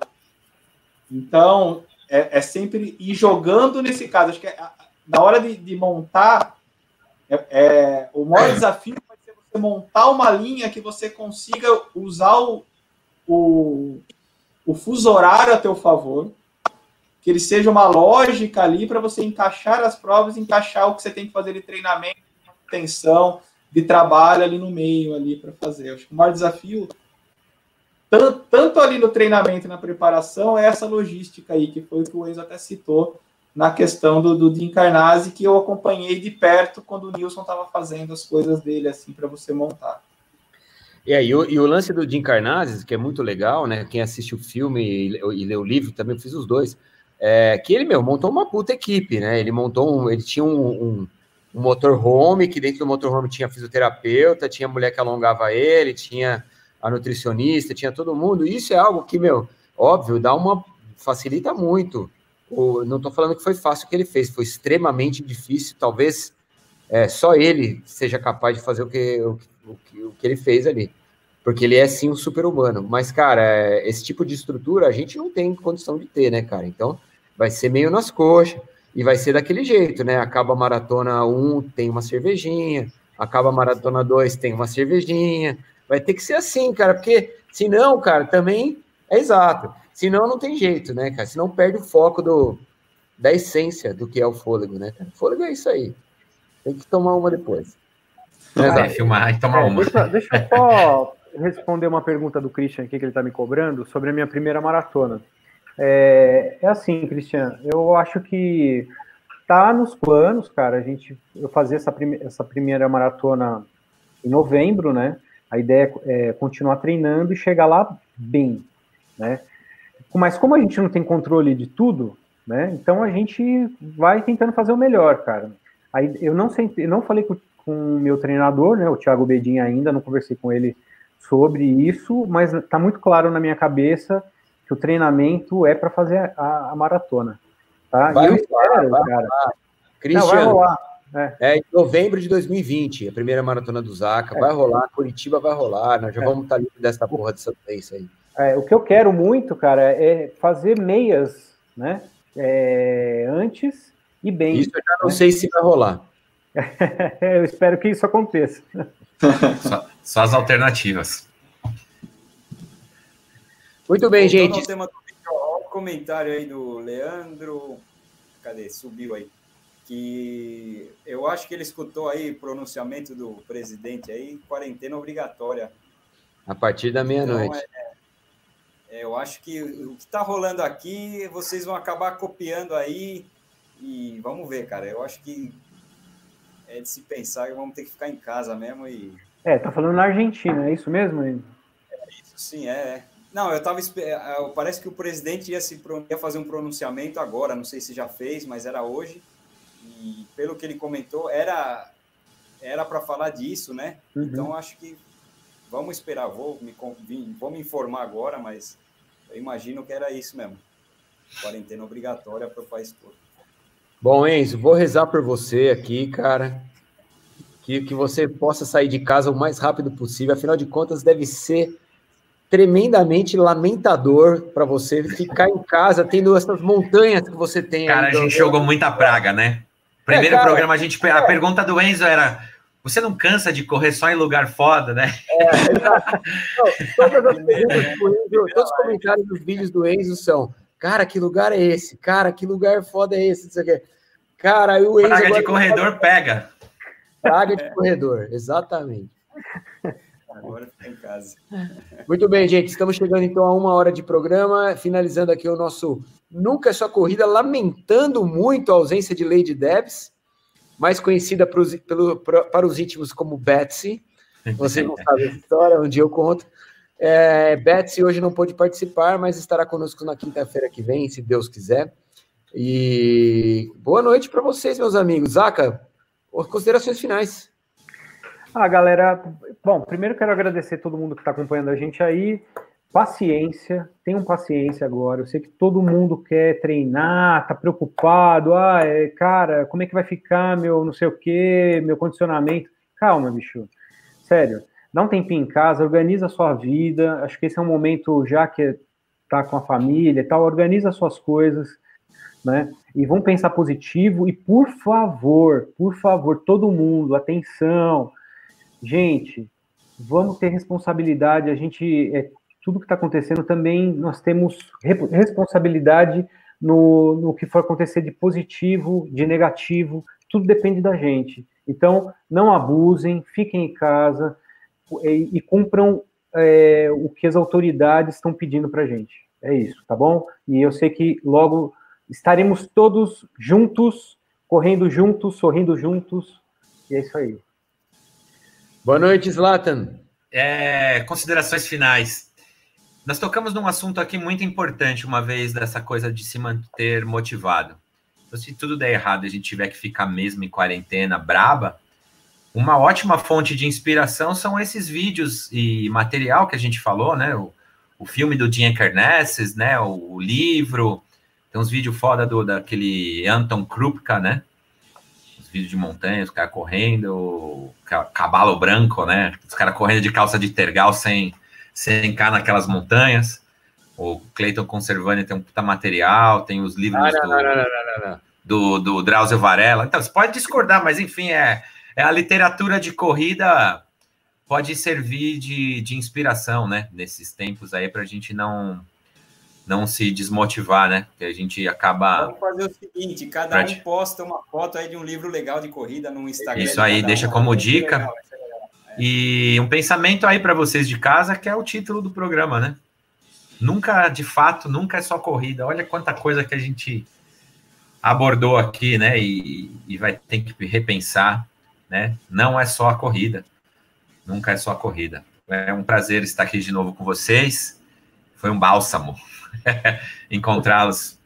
Então, é, é sempre ir jogando nesse caso. Acho que é, na hora de, de montar, é, é, o maior desafio vai ser você montar uma linha que você consiga usar o, o, o fuso horário a teu favor, que ele seja uma lógica ali para você encaixar as provas, encaixar o que você tem que fazer de treinamento, de manutenção, de trabalho ali no meio ali para fazer. Acho que o maior desafio, tanto, tanto ali no treinamento e na preparação, é essa logística aí, que foi o que o Enzo até citou na questão do, do Jim Carnazzi, que eu acompanhei de perto quando o Nilson estava fazendo as coisas dele assim para você montar. É, e, o, e o lance do Jim Carnazzi, que é muito legal, né? Quem assiste o filme e, e lê o livro, também eu fiz os dois, é, que ele, meu, montou uma puta equipe, né? Ele montou um, ele tinha um, um, um motorhome, que dentro do motorhome tinha fisioterapeuta, tinha mulher que alongava ele, tinha a nutricionista, tinha todo mundo. Isso é algo que, meu, óbvio, dá uma, facilita muito. O, não tô falando que foi fácil o que ele fez, foi extremamente difícil, talvez é, só ele seja capaz de fazer o que, o, o, o que ele fez ali, porque ele é sim um super-humano, mas, cara, esse tipo de estrutura a gente não tem condição de ter, né, cara? Então, vai ser meio nas coxas, e vai ser daquele jeito, né? Acaba a maratona um, tem uma cervejinha, acaba a maratona dois, tem uma cervejinha, vai ter que ser assim, cara, porque senão, cara, também é exato, senão não tem jeito, né, cara? Senão perde o foco do, da essência do que é o fôlego, né, cara? O fôlego é isso aí, tem que tomar uma depois. É, filmar e tomar é, uma. Deixa, deixa eu só responder uma pergunta do Christian aqui, que ele está me cobrando, sobre a minha primeira maratona. É, é assim, Christian, eu acho que tá nos planos, cara, a gente, eu fazer essa, prime, essa primeira maratona em novembro, né? A ideia é continuar treinando e chegar lá bem, né? Mas como a gente não tem controle de tudo, né? Então a gente vai tentando fazer o melhor, cara. Aí eu não sei, eu não falei com com o meu treinador, né, o Thiago Bedin ainda, não conversei com ele sobre isso, mas tá muito claro na minha cabeça que o treinamento é para fazer a, a maratona. Tá? Vai eu rolar, espero, vai cara. rolar. Cristiano, não, vai rolar. É. é em novembro de dois mil e vinte, a primeira maratona do Zaca. É. Vai rolar, Curitiba vai rolar. Nós já é. vamos estar livre dessa porra dessa doença aí. É, o que eu quero muito, cara, é fazer meias, né? É, antes e bem. Isso eu já não né? sei se vai rolar. Eu espero que isso aconteça. Só, só as alternativas. Muito bem, Voltando gente. Ao tema do vídeo, ó, o comentário aí do Leandro. Cadê? Subiu aí. Que eu acho que ele escutou aí o pronunciamento do presidente aí, quarentena obrigatória. A partir da meia-noite. Então, é, é, eu acho que o que está rolando aqui, vocês vão acabar copiando aí e vamos ver, cara. Eu acho que é de se pensar que vamos ter que ficar em casa mesmo e... É, tá falando na Argentina, é isso mesmo? É isso, sim, é. Não, eu tava... Parece que o presidente ia, se, ia fazer um pronunciamento agora, não sei se já fez, mas era hoje. E pelo que ele comentou, era era para falar disso, né? Uhum. Então, acho que vamos esperar. Vou me, vou me informar agora, mas eu imagino que era isso mesmo. Quarentena obrigatória para o país todo. Bom, Enzo, vou rezar por você aqui, cara. Que, que você possa sair de casa o mais rápido possível. Afinal de contas, deve ser tremendamente lamentador para você ficar em casa tendo essas montanhas que você tem. Cara, aí, a gente do... jogou muita praga, né? Primeiro é, cara, programa, a, gente, a é. pergunta do Enzo era: você não cansa de correr só em lugar foda, né? É, exato. Não, todas as perguntas do Enzo, todos os comentários dos vídeos do Enzo são: cara, que lugar é esse? Cara, que lugar foda é esse? Isso aqui. Cara, o Enzo. Praga de corredor tá... pega. Praga de corredor, exatamente. Agora fica em casa. Muito bem, gente. Estamos chegando então a uma hora de programa, finalizando aqui o nosso Nunca é Só Corrida, lamentando muito a ausência de Lady Debs, mais conhecida para os, pelo, para os íntimos como Betsy. Você não sabe essa história, um dia eu conto. É, Betsy hoje não pôde participar, mas estará conosco na quinta-feira que vem, se Deus quiser. E boa noite para vocês, meus amigos. Zaca, considerações finais. Ah, galera, bom, primeiro quero agradecer a todo mundo que está acompanhando a gente aí. Paciência, tenham paciência agora. Eu sei que todo mundo quer treinar, tá preocupado. Ah, é, cara, como é que vai ficar meu não sei o quê, meu condicionamento? Calma, bicho. Sério, dá um tempinho em casa, organiza a sua vida. Acho que esse é um momento, já que tá com a família e tal, organiza as suas coisas, né? E vamos pensar positivo. E por favor, por favor, todo mundo, atenção. Gente, vamos ter responsabilidade. A gente, é, tudo que está acontecendo também, nós temos responsabilidade no, no que for acontecer de positivo, de negativo, tudo depende da gente. Então, não abusem, fiquem em casa e, e cumpram é, o que as autoridades estão pedindo para a gente. É isso, tá bom? E eu sei que logo estaremos todos juntos, correndo juntos, sorrindo juntos, e é isso aí. Boa noite, Zlatan. É, considerações finais. Nós tocamos num assunto aqui muito importante uma vez dessa coisa de se manter motivado. Então, se tudo der errado e a gente tiver que ficar mesmo em quarentena braba, uma ótima fonte de inspiração são esses vídeos e material que a gente falou, né? O, o filme do Jim Karnazes, né? O, o livro, tem uns vídeos foda do, daquele Anton Krupka, né? Vídeo de montanha, os caras correndo, cavalo branco, né? Os caras correndo de calça de tergal sem, sem cá naquelas montanhas. O Clayton Conservani tem um puta material, tem os livros ah, não, do, não, não, não, não. do, do Drauzio Varela. Então, você pode discordar, mas enfim, é, é a literatura de corrida pode servir de, de inspiração, né? Nesses tempos aí, pra gente não... não se desmotivar, né? Que a gente acaba... Vamos fazer o seguinte, cada um posta uma foto aí de um livro legal de corrida no Instagram. Isso aí, deixa um, como é dica. Legal, é. E um pensamento aí para vocês de casa, que é o título do programa, né? Nunca, de fato, nunca é só corrida. Olha quanta coisa que a gente abordou aqui, né? E, e vai ter que repensar, né? Não é só a corrida. Nunca é só a corrida. É um prazer estar aqui de novo com vocês. Foi um bálsamo encontrá-los.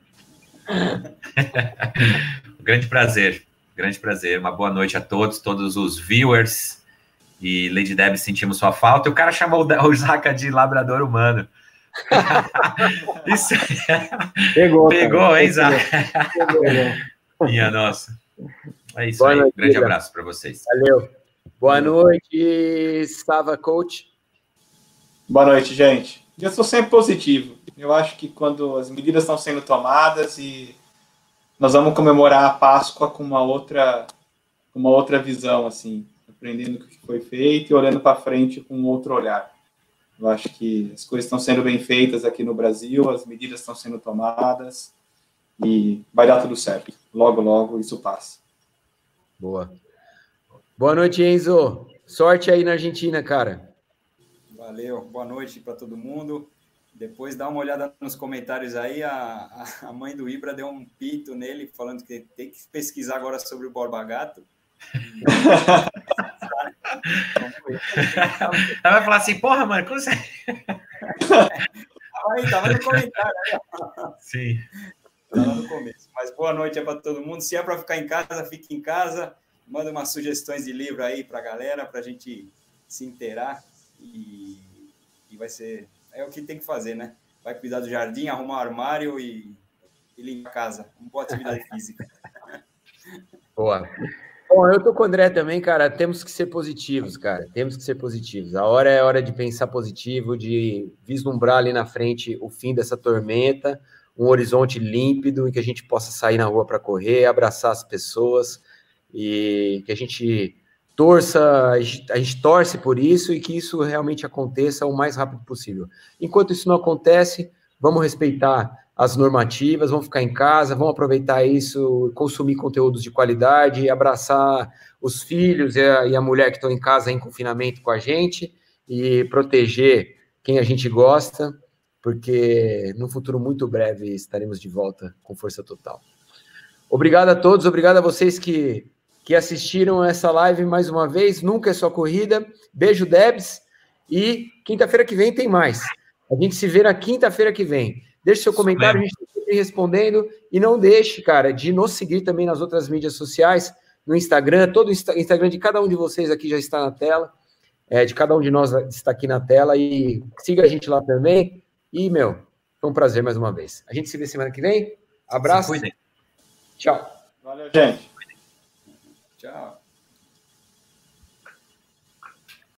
Grande prazer, grande prazer. Uma boa noite a todos, todos os viewers. E Lady Deb, sentimos sua falta. E o cara chamou o Zaca de labrador humano. Isso. Pegou, Pegou, hein, Zá? Pegou. Minha nossa. É isso Boa aí. noite, Grande Guilherme. abraço para vocês. Valeu. Boa noite, Sava Coach. Boa noite, gente. Eu sou sempre positivo. Eu acho que quando as medidas estão sendo tomadas e nós vamos comemorar a Páscoa com uma outra, uma outra visão, assim, aprendendo o que foi feito e olhando para frente com um outro olhar. Eu acho que as coisas estão sendo bem feitas aqui no Brasil, as medidas estão sendo tomadas e vai dar tudo certo. Logo, logo, isso passa. Boa. Boa noite, Enzo. Sorte aí na Argentina, cara. Valeu, boa noite para todo mundo. Depois dá uma olhada nos comentários aí, a, a mãe do Ibra deu um pito nele, falando que tem que pesquisar agora sobre o Borba Gato. Ela vai falar assim, porra, mano, como você... Aí, tava no comentário. Aí, sim. Tava no começo. Mas boa noite para todo mundo. Se é para ficar em casa, fique em casa. Manda umas sugestões de livro aí para a galera, para a gente se inteirar. E, e vai ser... É o que tem que fazer, né? Vai cuidar do jardim, arrumar o armário e, e limpar a casa. Uma boa atividade física. Boa. Bom, eu tô com o André também, cara. Temos que ser positivos, cara. Temos que ser positivos. A hora é hora de pensar positivo, de vislumbrar ali na frente o fim dessa tormenta, um horizonte límpido, em que a gente possa sair na rua para correr, abraçar as pessoas e que a gente torça, a gente, a gente torce por isso e que isso realmente aconteça o mais rápido possível. Enquanto isso não acontece, vamos respeitar as normativas, vamos ficar em casa, vamos aproveitar isso, consumir conteúdos de qualidade, abraçar os filhos e a, e a mulher que estão em casa em confinamento com a gente e proteger quem a gente gosta, porque no futuro muito breve estaremos de volta com força total. Obrigado a todos, obrigado a vocês que, que assistiram essa live mais uma vez, nunca é só corrida, beijo Debs, e quinta-feira que vem tem mais. A gente se vê na quinta-feira que vem. Deixe seu comentário, a gente está sempre respondendo. E não deixe, cara, de nos seguir também nas outras mídias sociais, no Instagram. Todo o Instagram de cada um de vocês aqui já está na tela. É, de cada um de nós está aqui na tela. E siga a gente lá também. E, meu, foi um prazer mais uma vez. A gente se vê semana que vem. Abraço. Se cuidem. Tchau. Valeu, gente. Tchau.